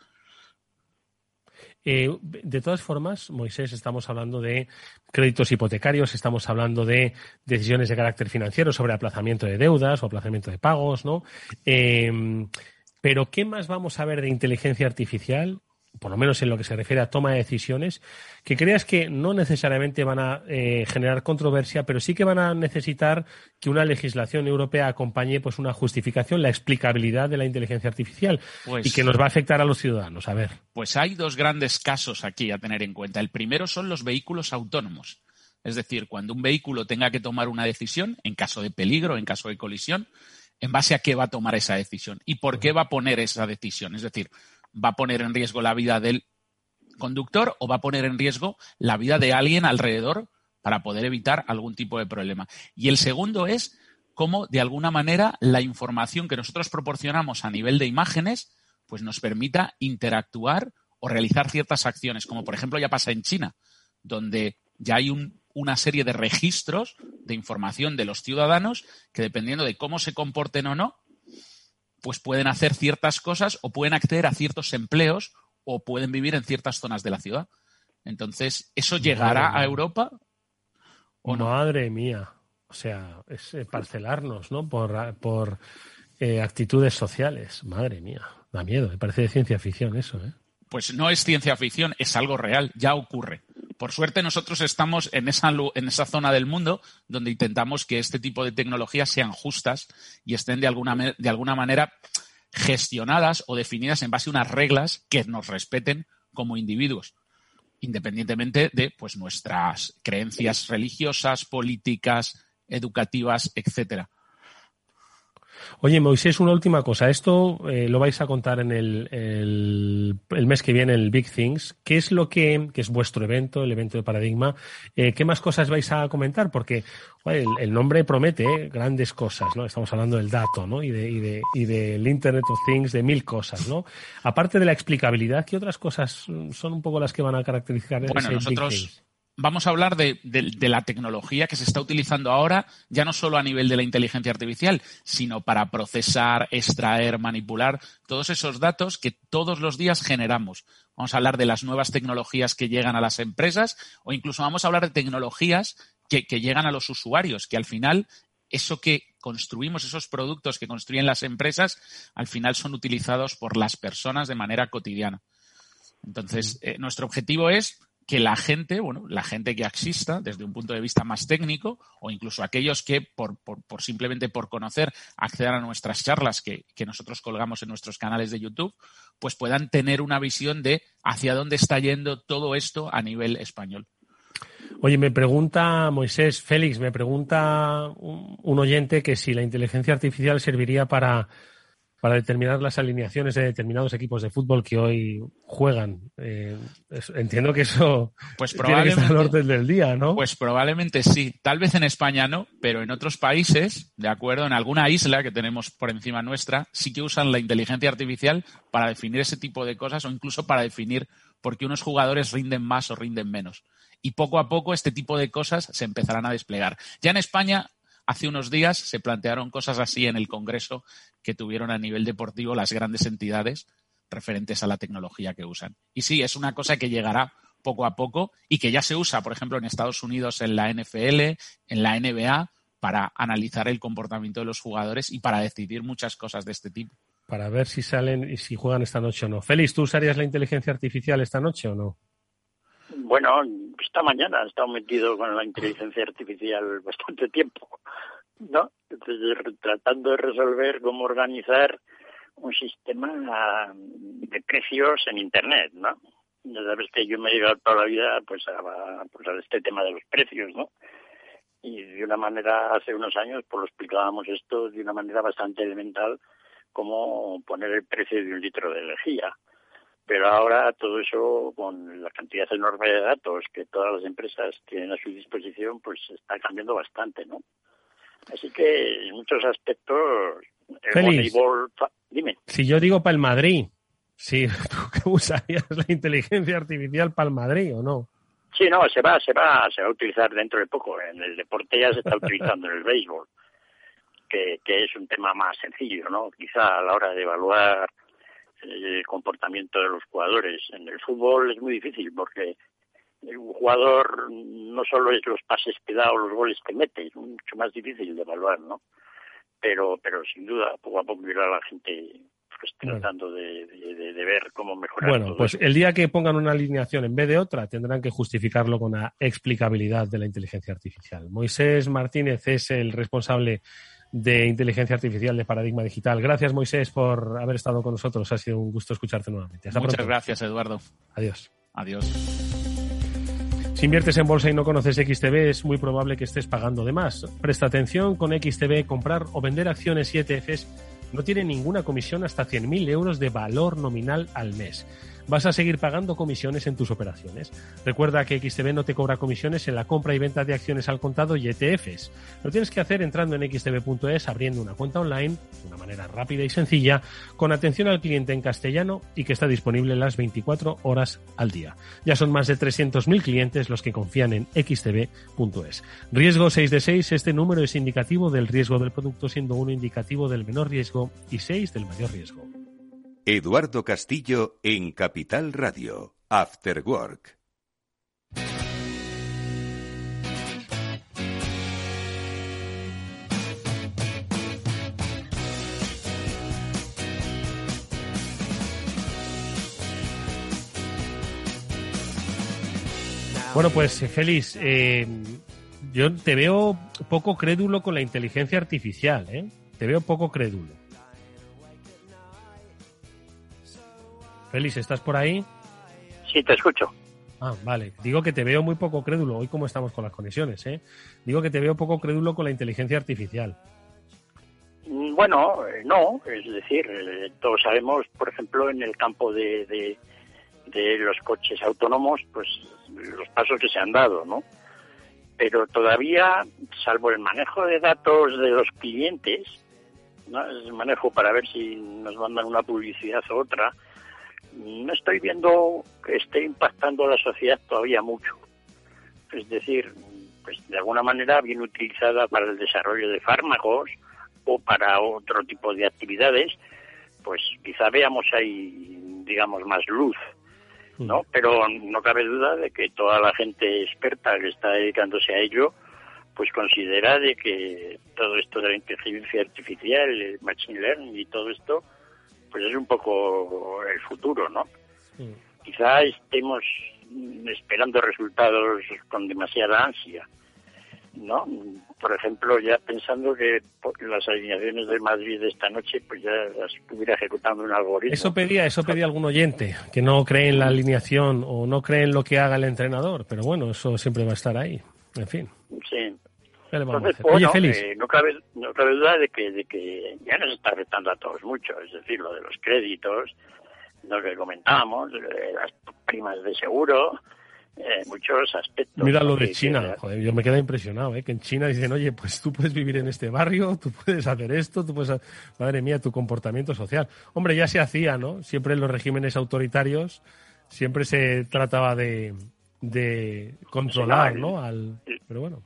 Eh, de todas formas, Moisés, estamos hablando de créditos hipotecarios, estamos hablando de decisiones de carácter financiero sobre aplazamiento de deudas o aplazamiento de pagos, ¿no? Eh, pero ¿qué más vamos a ver de inteligencia artificial? Por lo menos en lo que se refiere a toma de decisiones, que creas que no necesariamente van a eh, generar controversia, pero sí que van a necesitar que una legislación europea acompañe pues una justificación, la explicabilidad de la inteligencia artificial pues, y que nos va a afectar a los ciudadanos. A ver. Pues hay dos grandes casos aquí a tener en cuenta. El primero son los vehículos autónomos. Es decir, cuando un vehículo tenga que tomar una decisión, en caso de peligro, en caso de colisión, ¿en base a qué va a tomar esa decisión? ¿Y por qué va a poner esa decisión? Es decir, ¿va a poner en riesgo la vida del conductor o va a poner en riesgo la vida de alguien alrededor para poder evitar algún tipo de problema? Y el segundo es cómo, de alguna manera, la información que nosotros proporcionamos a nivel de imágenes pues nos permita interactuar o realizar ciertas acciones, como por ejemplo ya pasa en China, donde ya hay un, una serie de registros de información de los ciudadanos que, dependiendo de cómo se comporten o no, pues pueden hacer ciertas cosas o pueden acceder a ciertos empleos o pueden vivir en ciertas zonas de la ciudad. Entonces, ¿eso llegará a Europa o no? Madre mía. O sea, es parcelarnos, ¿no? Por, por eh, actitudes sociales. Madre mía. Da miedo. Me parece de ciencia ficción eso, ¿eh? Pues no es ciencia ficción, es algo real. Ya ocurre. Por suerte nosotros estamos en esa, en esa zona del mundo donde intentamos que este tipo de tecnologías sean justas y estén de alguna, de alguna manera gestionadas o definidas en base a unas reglas que nos respeten como individuos, independientemente de pues, nuestras creencias religiosas, políticas, educativas, etcétera. Oye, Moisés, una última cosa. Esto eh, lo vais a contar en el, el, el mes que viene, el Big Things. ¿Qué es lo que, que es vuestro evento, el evento de Paradigma? Eh, ¿Qué más cosas vais a comentar? Porque oye, el, el nombre promete ¿eh? grandes cosas, ¿no? Estamos hablando del dato, ¿no? Y de, y de, y del Internet of Things, de mil cosas, ¿no? Aparte de la explicabilidad, ¿qué otras cosas son un poco las que van a caracterizar bueno, ese nosotros... Big Things? Vamos a hablar de, de, de la tecnología que se está utilizando ahora, ya no solo a nivel de la inteligencia artificial, sino para procesar, extraer, manipular todos esos datos que todos los días generamos. Vamos a hablar de las nuevas tecnologías que llegan a las empresas o incluso vamos a hablar de tecnologías que, que llegan a los usuarios, que al final eso que construimos, esos productos que construyen las empresas, al final son utilizados por las personas de manera cotidiana. Entonces, eh, nuestro objetivo es que la gente, bueno, la gente que exista desde un punto de vista más técnico o incluso aquellos que por, por, por simplemente por conocer accedan a nuestras charlas que, que nosotros colgamos en nuestros canales de YouTube, pues puedan tener una visión de hacia dónde está yendo todo esto a nivel español. Oye, me pregunta Moisés, Félix, me pregunta un, un oyente que si la inteligencia artificial serviría para, para determinar las alineaciones de determinados equipos de fútbol que hoy juegan. Eh, es, entiendo que eso pues tiene que estar al orden del día, ¿no? Pues probablemente sí. Tal vez en España no, pero en otros países, de acuerdo, en alguna isla que tenemos por encima nuestra, sí que usan la inteligencia artificial para definir ese tipo de cosas o incluso para definir por qué unos jugadores rinden más o rinden menos. Y poco a poco este tipo de cosas se empezarán a desplegar. Ya en España, hace unos días, se plantearon cosas así en el Congreso que tuvieron a nivel deportivo las grandes entidades referentes a la tecnología que usan. Y sí, es una cosa que llegará poco a poco y que ya se usa, por ejemplo, en Estados Unidos en la N F L, en la N B A, para analizar el comportamiento de los jugadores y para decidir muchas cosas de este tipo. Para ver si salen y si juegan esta noche o no. Félix, ¿tú usarías la inteligencia artificial esta noche o no? Bueno, esta mañana he estado metido con la inteligencia artificial bastante tiempo, ¿no? Entonces, tratando de resolver cómo organizar un sistema de precios en Internet, ¿no? Ya sabes que yo me he llegado toda la vida pues a, pues a este tema de los precios, ¿no? Y de una manera, hace unos años, pues lo explicábamos esto de una manera bastante elemental, como poner el precio de un litro de lejía. Pero ahora todo eso, con la cantidad enorme de datos que todas las empresas tienen a su disposición, pues está cambiando bastante, ¿no? Así que en muchos aspectos, el Félix, Moneyball... Dime. Si yo digo para el Madrid, si ¿tú usarías la inteligencia artificial para el Madrid o no? Sí, no, se va, se va, se va a utilizar dentro de poco. En el deporte ya se está utilizando en el béisbol, que, que es un tema más sencillo, ¿no? Quizá a la hora de evaluar el comportamiento de los jugadores. En el fútbol es muy difícil porque un jugador no solo es los pases que da o los goles que mete, es mucho más difícil de evaluar, ¿no? Pero pero sin duda, poco a poco irá la gente pues, tratando de, de, de ver cómo mejorar. Bueno, todo pues eso. el día que pongan una alineación en vez de otra, tendrán que justificarlo con la explicabilidad de la inteligencia artificial. Moisés Martínez es el responsable de inteligencia artificial de Paradigma Digital. Gracias, Moisés, por haber estado con nosotros. Ha sido un gusto escucharte nuevamente. Hasta Muchas pronto. gracias, Eduardo. Adiós. Adiós. Si inviertes en bolsa y no conoces X T B, es muy probable que estés pagando de más. Presta atención, con X T B comprar o vender acciones y E T Fs no tiene ninguna comisión hasta cien mil euros de valor nominal al mes. Vas a seguir pagando comisiones en tus operaciones. Recuerda que X T B no te cobra comisiones en la compra y venta de acciones al contado y E T Fs. Lo tienes que hacer entrando en x t b punto es, abriendo una cuenta online de una manera rápida y sencilla, con atención al cliente en castellano y que está disponible las veinticuatro horas al día. Ya son más de trescientos mil clientes los que confían en x t b punto es. Riesgo seis de seis, este número es indicativo del riesgo del producto, siendo uno indicativo del menor riesgo y seis del mayor riesgo. Eduardo Castillo en Capital Radio, After Work. Bueno, pues Félix, eh, yo te veo poco crédulo con la inteligencia artificial, ¿eh? Te veo poco crédulo. Félix, ¿estás por ahí? Sí, te escucho. Ah, vale. Digo que te veo muy poco crédulo. Hoy cómo estamos con las conexiones, ¿eh? Digo que te veo poco crédulo con la inteligencia artificial. Bueno, no. Es decir, todos sabemos, por ejemplo, en el campo de, de, de los coches autónomos, pues los pasos que se han dado, ¿no? Pero todavía, salvo el manejo de datos de los clientes, ¿no? El manejo para ver si nos mandan una publicidad u otra, no estoy viendo que esté impactando a la sociedad todavía mucho. Es decir, pues de alguna manera bien utilizada para el desarrollo de fármacos o para otro tipo de actividades, pues quizá veamos ahí, digamos, más luz, ¿no? Pero no cabe duda de que toda la gente experta que está dedicándose a ello, pues considera de que todo esto de la inteligencia artificial, el machine learning y todo esto, pues es un poco el futuro, ¿no? Sí. Quizá estemos esperando resultados con demasiada ansia. ¿no? Por ejemplo, ya pensando que las alineaciones de Madrid de esta noche, pues ya las estuviera ejecutando un algoritmo. Eso pedía, eso pedía algún oyente, que no cree en la alineación o no cree en lo que haga el entrenador, pero bueno, eso siempre va a estar ahí, en fin. Sí. Entonces, bueno, Oye, Félix. Eh, no cabe, no cabe duda de que, de que ya nos está afectando a todos mucho, es decir, lo de los créditos, lo que comentábamos, eh, las primas de seguro, eh, muchos aspectos. Mira lo de que, China, que, joder, yo me quedé impresionado, ¿eh? Que en China dicen, oye, pues tú puedes vivir en este barrio, tú puedes hacer esto, tú puedes... Madre mía, tu comportamiento social. Hombre, ya se hacía, ¿no? Siempre en los regímenes autoritarios siempre se trataba de, de controlar, sí, no, ¿no? Al... Pero bueno.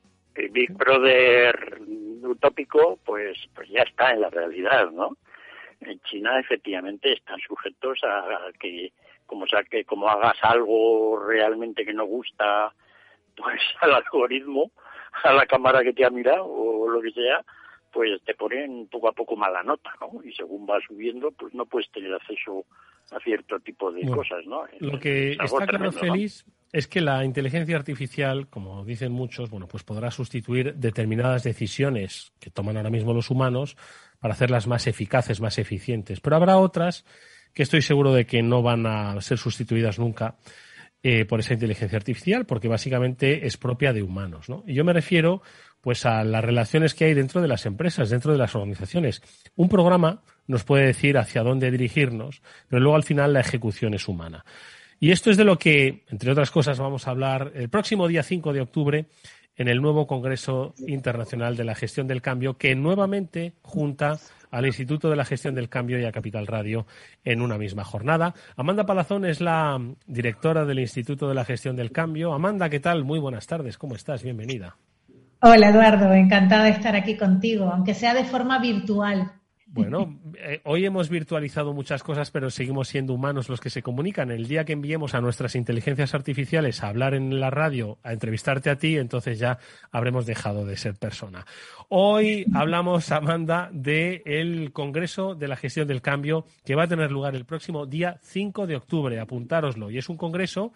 El Big Brother utópico, pues, pues ya está en la realidad, ¿no? En China, efectivamente, están sujetos a que, como sea, que como hagas algo realmente que no gusta, pues al algoritmo, a la cámara que te ha mirado o lo que sea, pues te ponen poco a poco mala nota, ¿no? Y según va subiendo, pues no puedes tener acceso a cierto tipo de bueno, cosas, ¿no? Lo que es está claro, Félix, ¿no? es que la inteligencia artificial, como dicen muchos, bueno, pues podrá sustituir determinadas decisiones que toman ahora mismo los humanos para hacerlas más eficaces, más eficientes. Pero habrá otras que estoy seguro de que no van a ser sustituidas nunca eh, por esa inteligencia artificial, porque básicamente es propia de humanos, ¿no? Y yo me refiero pues a las relaciones que hay dentro de las empresas, dentro de las organizaciones. Un programa nos puede decir hacia dónde dirigirnos, pero luego al final la ejecución es humana. Y esto es de lo que, entre otras cosas, vamos a hablar el próximo día cinco de octubre en el nuevo Congreso Internacional de la Gestión del Cambio, que nuevamente junta al Instituto de la Gestión del Cambio y a Capital Radio en una misma jornada. Amanda Palazón es la directora del Instituto de la Gestión del Cambio. Amanda, ¿qué tal? Muy buenas tardes. ¿Cómo estás? Bienvenida. Hola, Eduardo. Encantada de estar aquí contigo, aunque sea de forma virtual. Bueno, eh, hoy hemos virtualizado muchas cosas, pero seguimos siendo humanos los que se comunican. El día que enviemos a nuestras inteligencias artificiales a hablar en la radio, a entrevistarte a ti, entonces ya habremos dejado de ser persona. Hoy hablamos, Amanda, del Congreso de la Gestión del Cambio, que va a tener lugar el próximo día cinco de octubre. Apuntároslo. Y es un congreso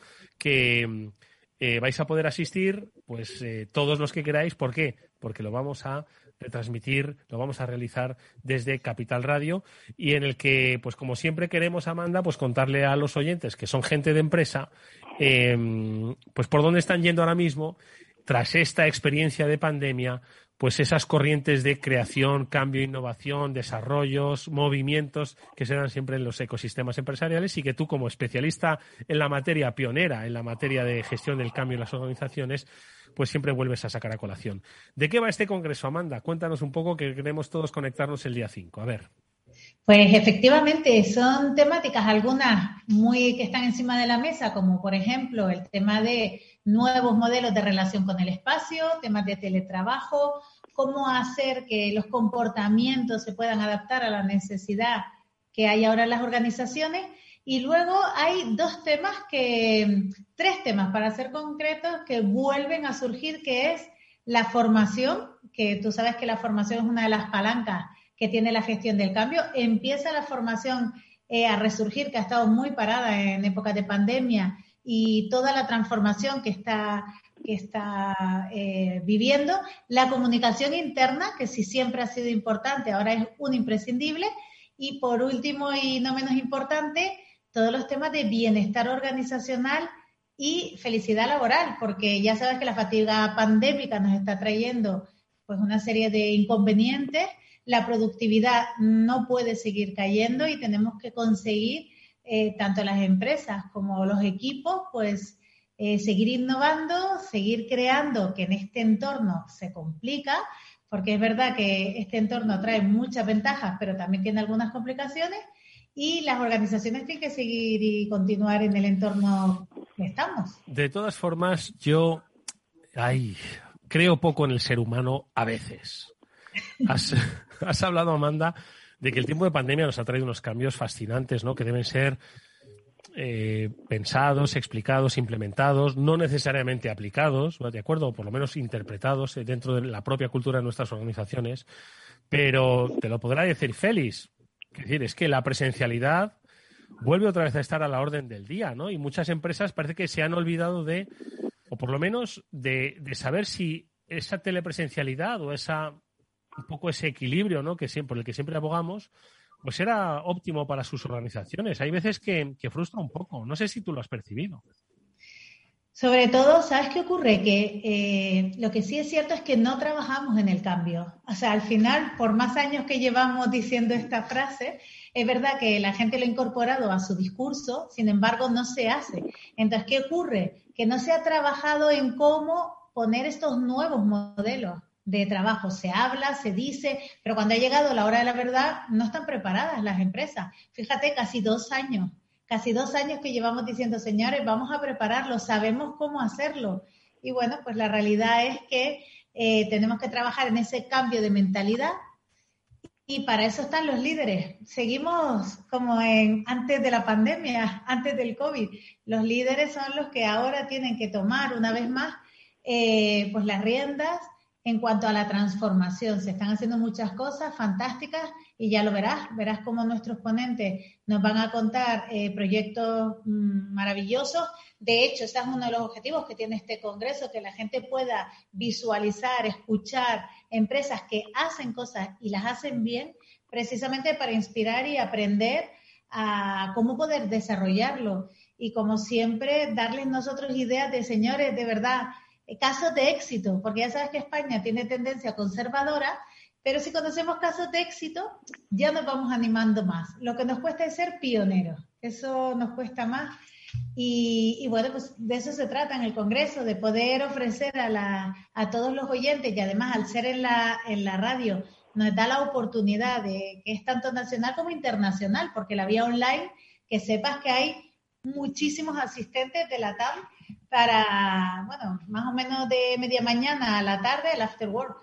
que eh, vais a poder asistir, pues eh, todos los que queráis. ¿Por qué? Porque lo vamos a retransmitir, lo vamos a realizar desde Capital Radio y en el que, pues como siempre queremos, Amanda, pues contarle a los oyentes que son gente de empresa, eh, pues por dónde están yendo ahora mismo tras esta experiencia de pandemia, pues esas corrientes de creación, cambio, innovación, desarrollos, movimientos que se dan siempre en los ecosistemas empresariales y que tú, como especialista en la materia, pionera en la materia de gestión del cambio en las organizaciones, pues siempre vuelves a sacar a colación. ¿De qué va este congreso, Amanda? Cuéntanos un poco, que queremos todos conectarnos el día cinco. A ver. Pues efectivamente son temáticas, algunas muy que están encima de la mesa, como por ejemplo el tema de nuevos modelos de relación con el espacio, temas de teletrabajo, cómo hacer que los comportamientos se puedan adaptar a la necesidad que hay ahora en las organizaciones. Y luego hay dos temas que, tres temas para ser concretos, que vuelven a surgir, que es la formación, que tú sabes que la formación es una de las palancas que tiene la gestión del cambio. Empieza la formación eh, a resurgir, que ha estado muy parada en épocas de pandemia, y toda la transformación que está, que está eh, viviendo. La comunicación interna, que sí siempre ha sido importante, ahora es un imprescindible. Y por último, y no menos importante, todos los temas de bienestar organizacional y felicidad laboral, porque ya sabes que la fatiga pandémica nos está trayendo pues una serie de inconvenientes. La productividad no puede seguir cayendo y tenemos que conseguir, eh, tanto las empresas como los equipos, pues eh, seguir innovando, seguir creando, que en este entorno se complica, porque es verdad que este entorno trae muchas ventajas, pero también tiene algunas complicaciones. Y las organizaciones tienen que seguir y continuar en el entorno que estamos. De todas formas, yo ay, creo poco en el ser humano a veces. Has, has hablado, Amanda, de que el tiempo de pandemia nos ha traído unos cambios fascinantes, ¿no? Que deben ser eh, pensados, explicados, implementados, no necesariamente aplicados, ¿de acuerdo? O por lo menos interpretados dentro de la propia cultura de nuestras organizaciones. Pero te lo podrá decir Félix. Es decir, es que la presencialidad vuelve otra vez a estar a la orden del día, ¿no? Y muchas empresas parece que se han olvidado de, o por lo menos de, de saber si esa telepresencialidad o esa un poco ese equilibrio, ¿no?, que siempre, por el que siempre abogamos, pues era óptimo para sus organizaciones. Hay veces que, que frustra un poco. No sé si tú lo has percibido. Sobre todo, ¿sabes qué ocurre? Que eh, lo que sí es cierto es que no trabajamos en el cambio. O sea, al final, por más años que llevamos diciendo esta frase, es verdad que la gente lo ha incorporado a su discurso, sin embargo, no se hace. Entonces, ¿qué ocurre? Que no se ha trabajado en cómo poner estos nuevos modelos de trabajo. Se habla, se dice, pero cuando ha llegado la hora de la verdad, no están preparadas las empresas. Fíjate, casi dos años. Casi dos años que llevamos diciendo, señores, vamos a prepararlo, sabemos cómo hacerlo. Y bueno, pues la realidad es que eh, tenemos que trabajar en ese cambio de mentalidad y para eso están los líderes. Seguimos como en antes de la pandemia, antes del COVID. Los líderes son los que ahora tienen que tomar una vez más eh, pues las riendas en cuanto a la transformación. Se están haciendo muchas cosas fantásticas y ya lo verás, verás cómo nuestros ponentes nos van a contar eh, proyectos mmm, maravillosos. De hecho, ese es uno de los objetivos que tiene este congreso, que la gente pueda visualizar, escuchar empresas que hacen cosas y las hacen bien, precisamente para inspirar y aprender a cómo poder desarrollarlo. Y como siempre, darles nosotros ideas de, señores, de verdad, casos de éxito, porque ya sabes que España tiene tendencia conservadora, pero si conocemos casos de éxito, ya nos vamos animando más. Lo que nos cuesta es ser pioneros, eso nos cuesta más. Y, y bueno, pues de eso se trata en el Congreso, de poder ofrecer a, la, a todos los oyentes, y además al ser en la, en la radio, nos da la oportunidad de que es tanto nacional como internacional, porque la vía online, que sepas que hay muchísimos asistentes de la T A M para, bueno, más o menos de media mañana a la tarde, el after work.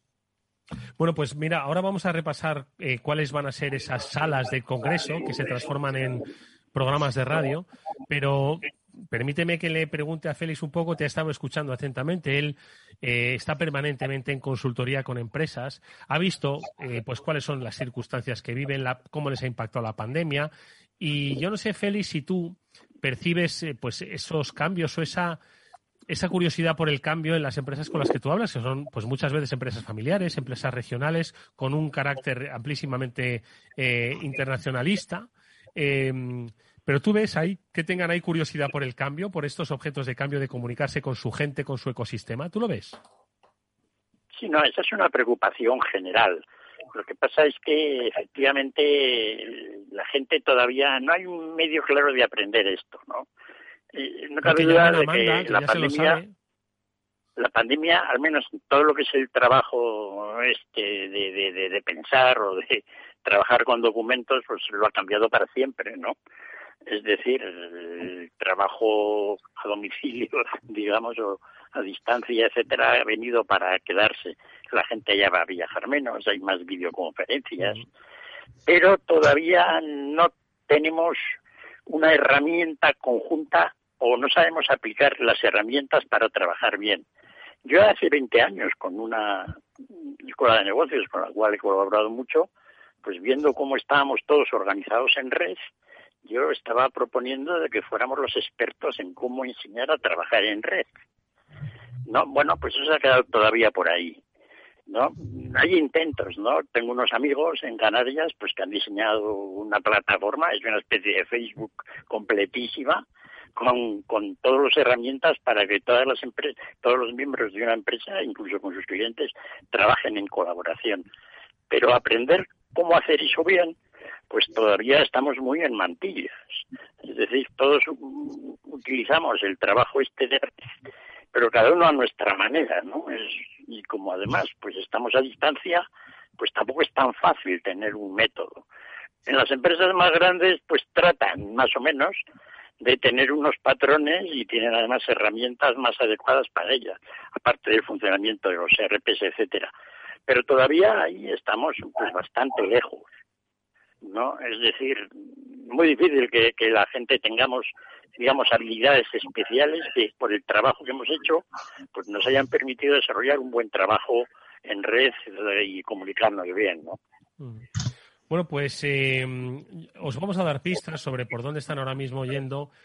Bueno, pues mira, ahora vamos a repasar eh, cuáles van a ser esas salas del Congreso que se transforman en programas de radio, pero permíteme que le pregunte a Félix un poco, te ha estado escuchando atentamente, él eh, está permanentemente en consultoría con empresas, ha visto eh, pues cuáles son las circunstancias que viven, la, cómo les ha impactado la pandemia, y yo no sé, Félix, si tú percibes eh, pues esos cambios o esa esa curiosidad por el cambio en las empresas con las que tú hablas, que son pues muchas veces empresas familiares, empresas regionales, con un carácter amplísimamente eh, internacionalista. Eh, pero tú ves ahí que tengan ahí curiosidad por el cambio, por estos objetos de cambio, de comunicarse con su gente, con su ecosistema. ¿Tú lo ves? Sí, no, esa es una preocupación general. Lo que pasa es que efectivamente la gente todavía no hay un medio claro de aprender esto, ¿no? Eh, no cabe duda de que la pandemia, la pandemia, al menos todo lo que es el trabajo este de, de, de, de pensar o de trabajar con documentos, pues lo ha cambiado para siempre, ¿no? Es decir, el trabajo a domicilio, digamos, o a distancia, etcétera, ha venido para quedarse. La gente ya va a viajar menos, hay más videoconferencias, pero todavía no tenemos una herramienta conjunta o no sabemos aplicar las herramientas para trabajar bien. Yo hace veinte años, con una escuela de negocios con la cual he colaborado mucho, pues viendo cómo estábamos todos organizados en red, yo estaba proponiendo de que fuéramos los expertos en cómo enseñar a trabajar en red. No, bueno, pues eso se ha quedado todavía por ahí, ¿no? Hay intentos, ¿no? Tengo unos amigos en Canarias, pues que han diseñado una plataforma, es una especie de Facebook completísima, con con todas las herramientas para que todas las empresas, todos los miembros de una empresa, incluso con sus clientes, trabajen en colaboración. Pero aprender cómo hacer eso bien, pues todavía estamos muy en mantillas. Es decir, todos utilizamos el trabajo este de red, pero cada uno a nuestra manera, ¿no? Es, y como además pues estamos a distancia, pues tampoco es tan fácil tener un método. En las empresas más grandes pues tratan más o menos de tener unos patrones y tienen además herramientas más adecuadas para ellas, aparte del funcionamiento de los E R Pes, etcétera. Pero todavía ahí estamos pues bastante lejos, ¿no? Es decir, muy difícil que, que la gente tengamos, digamos, habilidades especiales que por el trabajo que hemos hecho pues nos hayan permitido desarrollar un buen trabajo en red y comunicarnos bien, ¿no? Bueno, pues eh, os vamos a dar pistas sobre por dónde están ahora mismo yendo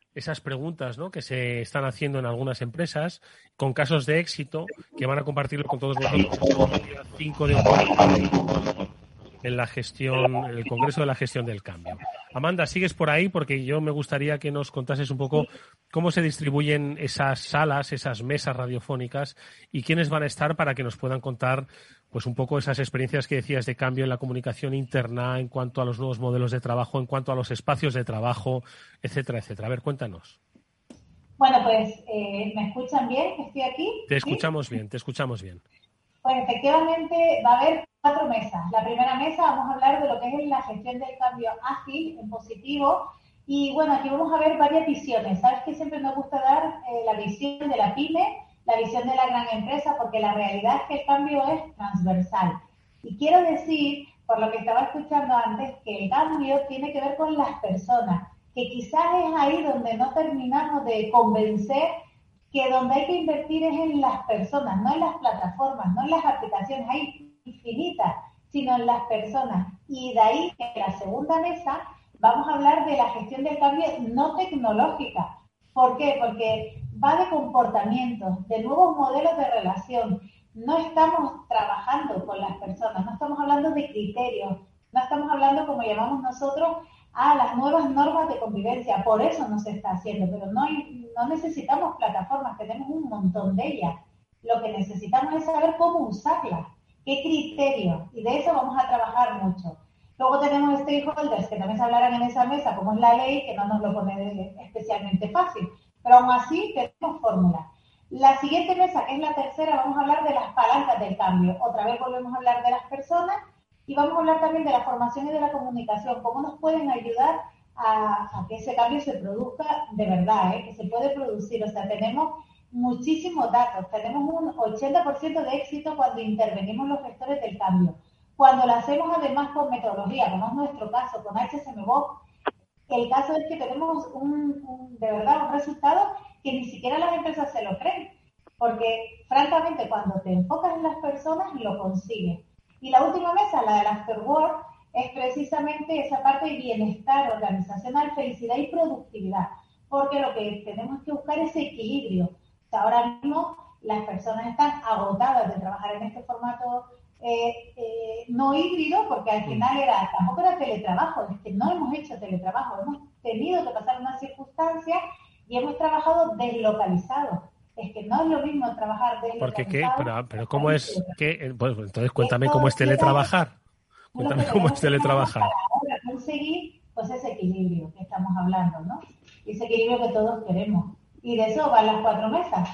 esas preguntas, ¿no?, que se están haciendo en algunas empresas con casos de éxito que van a compartirlo con todos vosotros el día cinco de octubre en la gestión, en el Congreso de la Gestión del Cambio. Amanda, sigues por ahí porque yo me gustaría que nos contases un poco cómo se distribuyen esas salas, esas mesas radiofónicas y quiénes van a estar para que nos puedan contar pues un poco esas experiencias que decías de cambio en la comunicación interna en cuanto a los nuevos modelos de trabajo, en cuanto a los espacios de trabajo, etcétera, etcétera. A ver, cuéntanos. Bueno, pues, eh, ¿me escuchan bien? ¿Estoy aquí? Te escuchamos ¿Sí? bien, te escuchamos bien. Pues efectivamente va a haber cuatro mesas. La primera mesa vamos a hablar de lo que es la gestión del cambio ágil, en positivo. Y bueno, aquí vamos a ver varias visiones. Sabes que siempre nos gusta dar eh, la visión de la pyme, la visión de la gran empresa, porque la realidad es que el cambio es transversal. Y quiero decir, por lo que estaba escuchando antes, que el cambio tiene que ver con las personas, que quizás es ahí donde no terminamos de convencer que donde hay que invertir es en las personas, no en las plataformas, no en las aplicaciones, hay infinitas, sino en las personas. Y de ahí que en la segunda mesa vamos a hablar de la gestión del cambio no tecnológica. ¿Por qué? Porque va de comportamientos, de nuevos modelos de relación. No estamos trabajando con las personas, no estamos hablando de criterios, no estamos hablando, como llamamos nosotros, a las nuevas normas de convivencia. Por eso no se está haciendo, pero no, hay, no necesitamos plataformas, tenemos un montón de ellas. Lo que necesitamos es saber cómo usarlas, qué criterios, y de eso vamos a trabajar mucho. Luego tenemos stakeholders que también se hablarán en esa mesa, como es la ley, que no nos lo pone especialmente fácil, pero aún así tenemos fórmulas. La siguiente mesa, que es la tercera, vamos a hablar de las palancas del cambio. Otra vez volvemos a hablar de las personas y vamos a hablar también de la formación y de la comunicación, cómo nos pueden ayudar a, a que ese cambio se produzca de verdad, ¿eh? Que se puede producir. O sea, tenemos muchísimos datos, tenemos un ochenta por ciento de éxito cuando intervenimos los gestores del cambio. Cuando lo hacemos además con metodología, como es nuestro caso, con H S M V O C, el caso es que tenemos un, un, de verdad un resultado que ni siquiera las empresas se lo creen, porque francamente cuando te enfocas en las personas lo consigues. Y la última mesa, la del After Work, es precisamente esa parte de bienestar organizacional, felicidad y productividad, porque lo que tenemos que buscar es equilibrio. O sea, ahora mismo las personas están agotadas de trabajar en este formato eh, eh, no híbrido, porque al final era, tampoco era teletrabajo, es que no hemos hecho teletrabajo, hemos tenido que pasar unas circunstancias y hemos trabajado deslocalizado. Es que no es lo mismo trabajar deslocalizado. Porque qué, pero, pero cómo es que, pues entonces cuéntame cómo es teletrabajar. Cuéntame cómo es teletrabajar. Ahora conseguir pues ese equilibrio que estamos hablando, ¿no? Ese equilibrio que todos queremos. Y de eso van las cuatro mesas.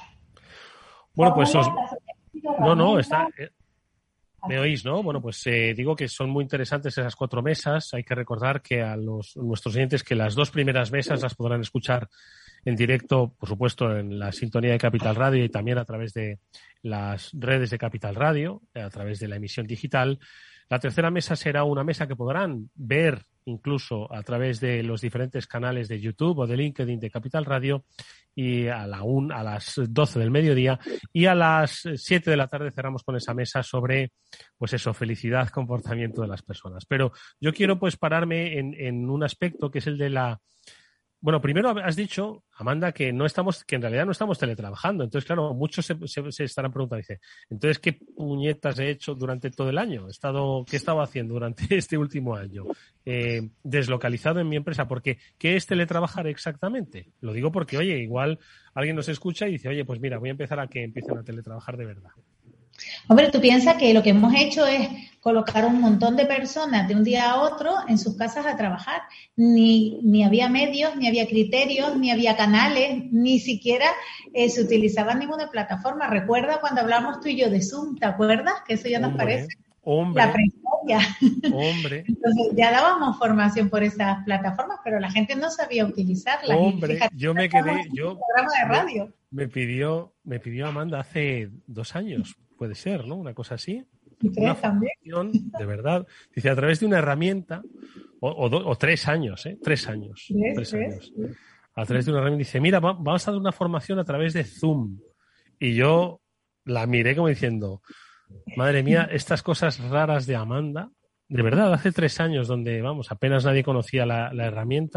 Bueno, pues os... no, no, está. ¿Me oís, no? Bueno, pues eh, digo que son muy interesantes esas cuatro mesas. Hay que recordar que a los nuestros oyentes que las dos primeras mesas las podrán escuchar en directo, por supuesto, en la sintonía de Capital Radio y también a través de las redes de Capital Radio, a través de la emisión digital. La tercera mesa será una mesa que podrán ver incluso a través de los diferentes canales de YouTube o de LinkedIn de Capital Radio y a, la un, a las doce del mediodía y a las siete de la tarde cerramos con esa mesa sobre, pues eso, felicidad, comportamiento de las personas. Pero yo quiero pues pararme en, en un aspecto que es el de la... Bueno, primero has dicho, Amanda, que no estamos, que en realidad no estamos teletrabajando. Entonces, claro, muchos se, se, se estarán preguntando, dice, entonces, ¿qué puñetas he hecho durante todo el año? He estado, ¿qué he estado haciendo durante este último año? Eh, deslocalizado en mi empresa, porque ¿qué es teletrabajar exactamente? Lo digo porque, oye, igual alguien nos escucha y dice, oye, pues mira, voy a empezar a que empiecen a teletrabajar de verdad. Hombre, tú piensas que lo que hemos hecho es colocar un montón de personas de un día a otro en sus casas a trabajar. Ni, ni había medios, ni había criterios, ni había canales, ni siquiera eh, se utilizaba ninguna plataforma. Recuerda cuando hablamos tú y yo de Zoom, ¿te acuerdas? Que eso ya nos hombre, parece hombre, la prehistoria. Hombre. Entonces ya dábamos formación por esas plataformas, pero la gente no sabía utilizarlas. Hombre, fíjate, yo me quedé, yo programa de radio. Me, me pidió, me pidió Amanda hace dos años. Puede ser, ¿no? Una cosa así. Y tres una también. De verdad. Dice, a través de una herramienta, o, o, do, o tres años, ¿eh? Tres años. ¿Ves? Tres ¿Ves? años. A través de una herramienta. Dice, mira, va, vamos a dar una formación a través de Zoom. Y yo la miré como diciendo, madre mía, estas cosas raras de Amanda, de verdad, hace tres años donde, vamos, apenas nadie conocía la, la herramienta,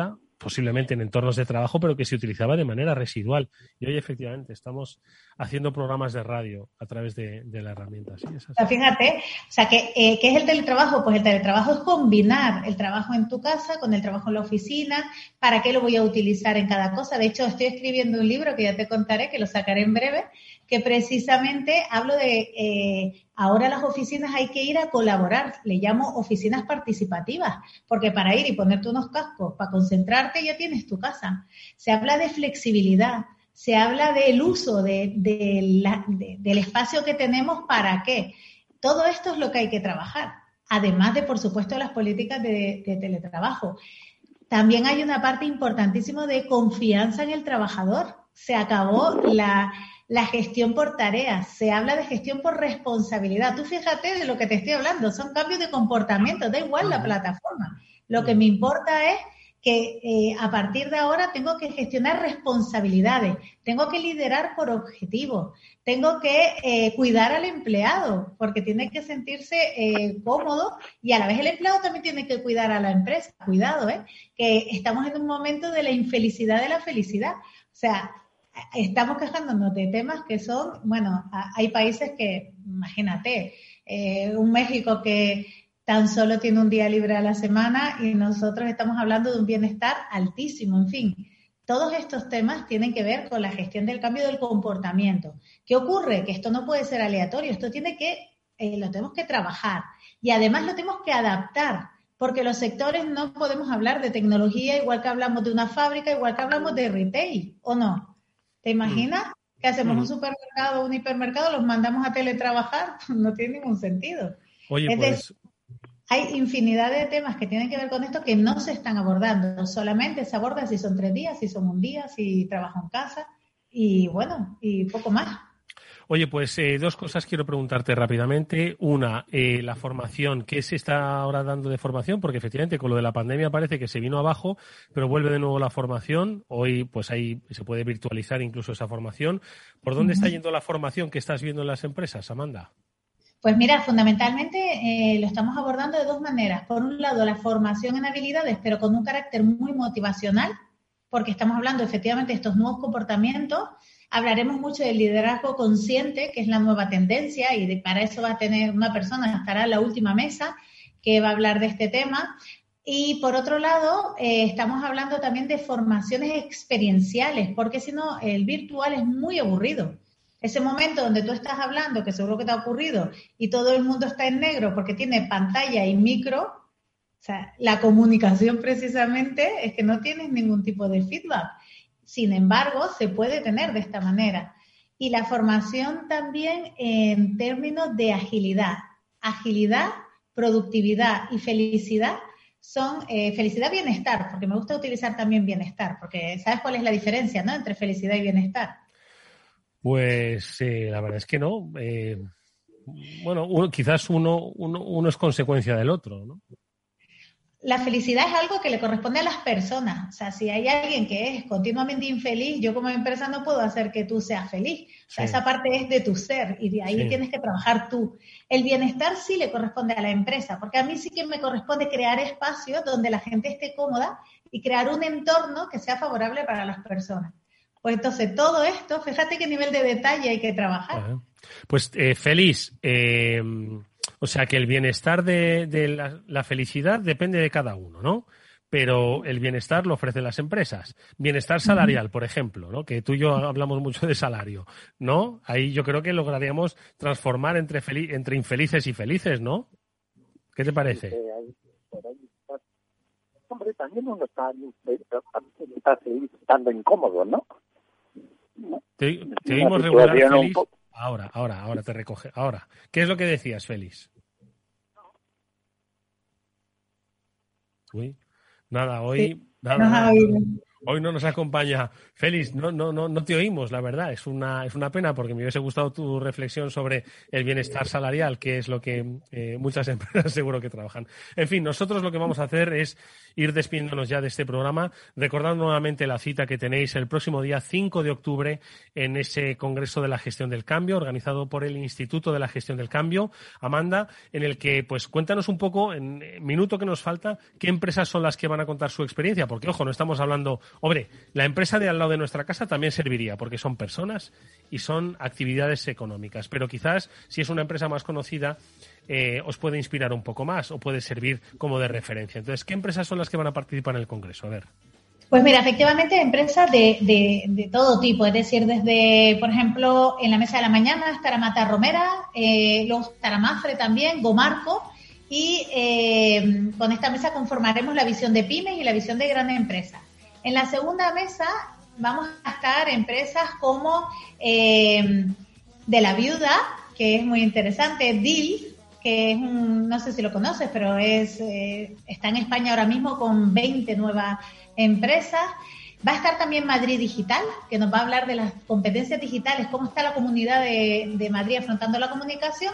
posiblemente en entornos de trabajo, pero que se utilizaba de manera residual. Y hoy, efectivamente, estamos haciendo programas de radio a través de, de la herramienta. ¿Sí? Es así. Fíjate, o sea, ¿qué, eh, ¿qué es el teletrabajo? Pues el teletrabajo es combinar el trabajo en tu casa con el trabajo en la oficina. ¿Para qué lo voy a utilizar en cada cosa? De hecho, estoy escribiendo un libro que ya te contaré, que lo sacaré en breve, que precisamente hablo de eh, ahora las oficinas hay que ir a colaborar, le llamo oficinas participativas, porque para ir y ponerte unos cascos, para concentrarte ya tienes tu casa. Se habla de flexibilidad, se habla del uso de, de la, de, del espacio que tenemos para qué. Todo esto es lo que hay que trabajar, además de, por supuesto, las políticas de, de teletrabajo. También hay una parte importantísima de confianza en el trabajador. Se acabó la... La gestión por tareas, se habla de gestión por responsabilidad. Tú fíjate de lo que te estoy hablando, son cambios de comportamiento, da igual la plataforma. Lo que me importa es que eh, a partir de ahora tengo que gestionar responsabilidades, tengo que liderar por objetivos, tengo que eh, cuidar al empleado, porque tiene que sentirse eh, cómodo y a la vez el empleado también tiene que cuidar a la empresa. Cuidado, ¿eh? Que estamos en un momento de la infelicidad de la felicidad. O sea, estamos quejándonos de temas que son, bueno, hay países que, imagínate, eh, un México que tan solo tiene un día libre a la semana y nosotros estamos hablando de un bienestar altísimo. En fin, todos estos temas tienen que ver con la gestión del cambio del comportamiento. ¿Qué ocurre? Que esto no puede ser aleatorio, esto tiene que, eh, lo tenemos que trabajar y además lo tenemos que adaptar. Porque los sectores no podemos hablar de tecnología igual que hablamos de una fábrica, igual que hablamos de retail, ¿o no? ¿Te imaginas que hacemos un supermercado o un hipermercado, los mandamos a teletrabajar? No tiene ningún sentido. Oye, es pues... decir, hay infinidad de temas que tienen que ver con esto que no se están abordando. Solamente se aborda si son tres días, si son un día, si trabajo en casa y bueno, y poco más. Oye, pues eh, dos cosas quiero preguntarte rápidamente. Una, eh, la formación. ¿Qué se está ahora dando de formación? Porque efectivamente con lo de la pandemia parece que se vino abajo, pero vuelve de nuevo la formación. Hoy pues ahí se puede virtualizar incluso esa formación. ¿Por dónde está yendo la formación que estás viendo en las empresas, Amanda? Pues mira, fundamentalmente eh, lo estamos abordando de dos maneras. Por un lado, la formación en habilidades, pero con un carácter muy motivacional, porque estamos hablando efectivamente de estos nuevos comportamientos. Hablaremos mucho del liderazgo consciente, que es la nueva tendencia, y de, para eso va a tener una persona, estará en la última mesa, que va a hablar de este tema. Y por otro lado, eh, estamos hablando también de formaciones experienciales, porque si no, el virtual es muy aburrido. Ese momento donde tú estás hablando, que seguro que te ha ocurrido, y todo el mundo está en negro porque tiene pantalla y micro, o sea, la comunicación precisamente es que no tienes ningún tipo de feedback. Sin embargo, se puede tener de esta manera. Y la formación también en términos de agilidad. Agilidad, productividad y felicidad son eh, felicidad, bienestar, porque me gusta utilizar también bienestar, porque ¿sabes cuál es la diferencia, no?, entre felicidad y bienestar? Pues eh, la verdad es que no. Eh, bueno, uno, quizás uno, uno, uno es consecuencia del otro, ¿no? La felicidad es algo que le corresponde a las personas. O sea, si hay alguien que es continuamente infeliz, yo como empresa no puedo hacer que tú seas feliz. O sea, sí. Esa parte es de tu ser y de ahí sí. Tienes que trabajar tú. El bienestar sí le corresponde a la empresa, porque a mí sí que me corresponde crear espacios donde la gente esté cómoda y crear un entorno que sea favorable para las personas. Pues entonces todo esto, fíjate qué nivel de detalle hay que trabajar. Ajá. Pues eh, Feliz, eh, o sea que el bienestar de, de la, la felicidad depende de cada uno, ¿no? Pero el bienestar lo ofrecen las empresas. Bienestar salarial, por ejemplo, ¿no? Que tú y yo hablamos mucho de salario, ¿no? Ahí yo creo que lograríamos transformar entre, fel- entre infelices y felices, ¿no? ¿Qué te parece? Hombre, también uno está, está estando incómodo, ¿no? Te, te oímos regular, Félix. Ahora, ahora, ahora te recoge. Ahora, ¿qué es lo que decías, Félix? Uy, nada, hoy, sí, nada, nada, Hoy no nos acompaña Félix, no, no, no, no te oímos, la verdad. Es una, es una pena porque me hubiese gustado tu reflexión sobre el bienestar salarial, que es lo que eh, muchas empresas seguro que trabajan. En fin, nosotros lo que vamos a hacer es ir despidiéndonos ya de este programa, recordando nuevamente la cita que tenéis el próximo día cinco de octubre en ese Congreso de la Gestión del Cambio, organizado por el Instituto de la Gestión del Cambio, Amanda, en el que, pues, cuéntanos un poco, en el minuto que nos falta, qué empresas son las que van a contar su experiencia, porque, ojo, no estamos hablando... Hombre, la empresa de al lado de nuestra casa también serviría, porque son personas y son actividades económicas. Pero quizás, si es una empresa más conocida, eh, os puede inspirar un poco más o puede servir como de referencia. Entonces, ¿qué empresas son las que van a participar en el Congreso? A ver. Pues mira, efectivamente, empresas de, de, de todo tipo. Es decir, desde, por ejemplo, en la mesa de la mañana estará Mata Romera, eh, luego estará Mafre también, Gomarco. Y eh, con esta mesa conformaremos la visión de pymes y la visión de grandes empresas. En la segunda mesa vamos a estar empresas como eh, De la Viuda, que es muy interesante, D I L, que es un, no sé si lo conoces, pero es eh, está en España ahora mismo con veinte nuevas empresas. Va a estar también Madrid Digital, que nos va a hablar de las competencias digitales, cómo está la comunidad de, de Madrid afrontando la comunicación.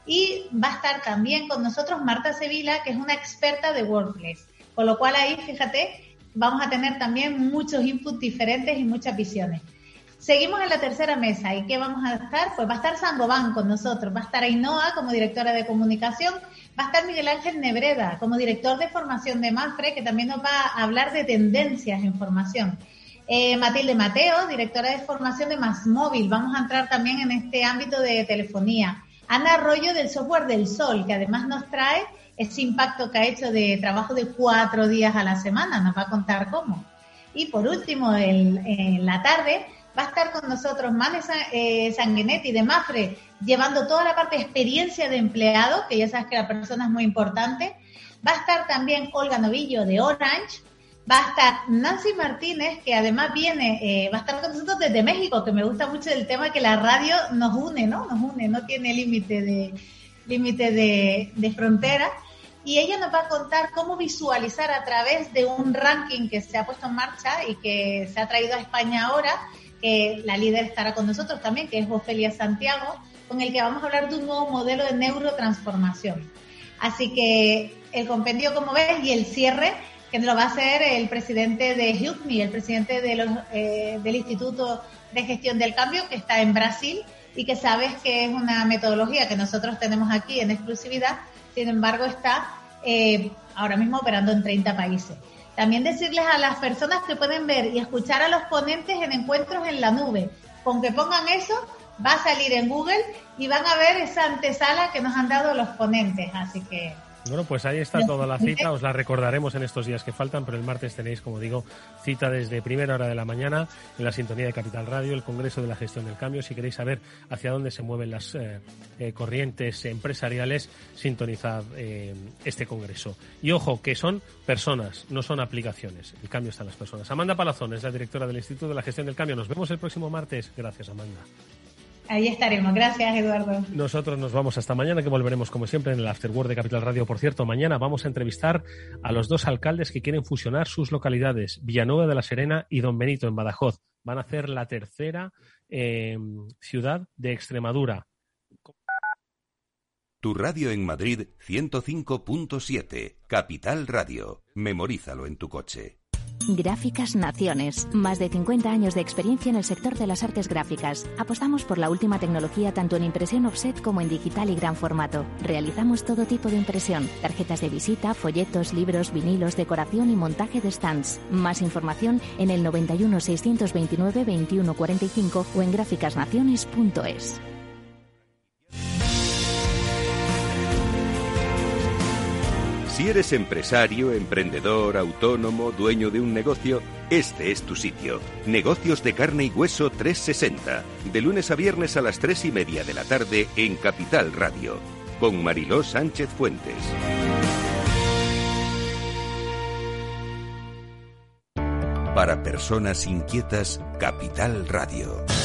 Y va a estar también con nosotros Marta Sevilla, que es una experta de Workplace. Con lo cual ahí, fíjate, vamos a tener también muchos inputs diferentes y muchas visiones. Seguimos en la tercera mesa. ¿Y qué vamos a estar? Pues va a estar Sangoban con nosotros, va a estar Ainhoa como directora de comunicación, va a estar Miguel Ángel Nebreda como director de formación de Mafre, que también nos va a hablar de tendencias en formación. Eh, Matilde Mateo, directora de formación de Masmóvil, vamos a entrar también en este ámbito de telefonía. Ana Arroyo del Software del Sol, que además nos trae ese impacto que ha hecho de trabajo de cuatro días a la semana, nos va a contar cómo. Y por último, el, en la tarde va a estar con nosotros Mane eh, Sanguinetti de Mafre, llevando toda la parte de experiencia de empleado, que ya sabes que la persona es muy importante. Va a estar también Olga Novillo de Orange. Va a estar Nancy Martínez, que además viene, eh, va a estar con nosotros desde México, que me gusta mucho el tema que la radio nos une, ¿no? Nos une, no tiene límite de límite de, de frontera. Y ella nos va a contar cómo visualizar a través de un ranking que se ha puesto en marcha y que se ha traído a España ahora, que la líder estará con nosotros también, que es Ofelia Santiago, con el que vamos a hablar de un nuevo modelo de neurotransformación. Así que el compendio, como ves, y el cierre, que lo va a hacer el presidente de Help Me, el presidente de los, eh, del Instituto de Gestión del Cambio, que está en Brasil, y que sabes que es una metodología que nosotros tenemos aquí en exclusividad. Sin embargo, está eh, ahora mismo operando en treinta países. También decirles a las personas que pueden ver y escuchar a los ponentes en encuentros en la nube. Con que pongan eso, va a salir en Google y van a ver esa antesala que nos han dado los ponentes. Así que... Bueno, pues ahí está toda la cita, os la recordaremos en estos días que faltan, pero el martes tenéis, como digo, cita desde primera hora de la mañana en la sintonía de Capital Radio, el Congreso de la Gestión del Cambio. Si queréis saber hacia dónde se mueven las eh, eh, corrientes empresariales, sintonizad eh, este Congreso. Y ojo, que son personas, no son aplicaciones. El cambio está en las personas. Amanda Palazón es la directora del Instituto de la Gestión del Cambio. Nos vemos el próximo martes. Gracias, Amanda. Ahí estaremos. Gracias, Eduardo. Nosotros nos vamos hasta mañana, que volveremos como siempre en el After Work de Capital Radio. Por cierto, mañana vamos a entrevistar a los dos alcaldes que quieren fusionar sus localidades, Villanueva de la Serena y Don Benito en Badajoz. Van a hacer la tercera eh, ciudad de Extremadura. Tu radio en Madrid, ciento cinco punto siete. Capital Radio. Memorízalo en tu coche. Gráficas Naciones. Más de cincuenta años de experiencia en el sector de las artes gráficas. Apostamos por la última tecnología tanto en impresión offset como en digital y gran formato. Realizamos todo tipo de impresión. Tarjetas de visita, folletos, libros, vinilos, decoración y montaje de stands. Más información en el noventa y uno, seiscientos veintinueve, veintiuno cuarenta y cinco o en gráficas naciones punto es. Si eres empresario, emprendedor, autónomo, dueño de un negocio, este es tu sitio. Negocios de Carne y Hueso trescientos sesenta. De lunes a viernes a las tres y media de la tarde en Capital Radio. Con Mariló Sánchez Fuentes. Para personas inquietas, Capital Radio.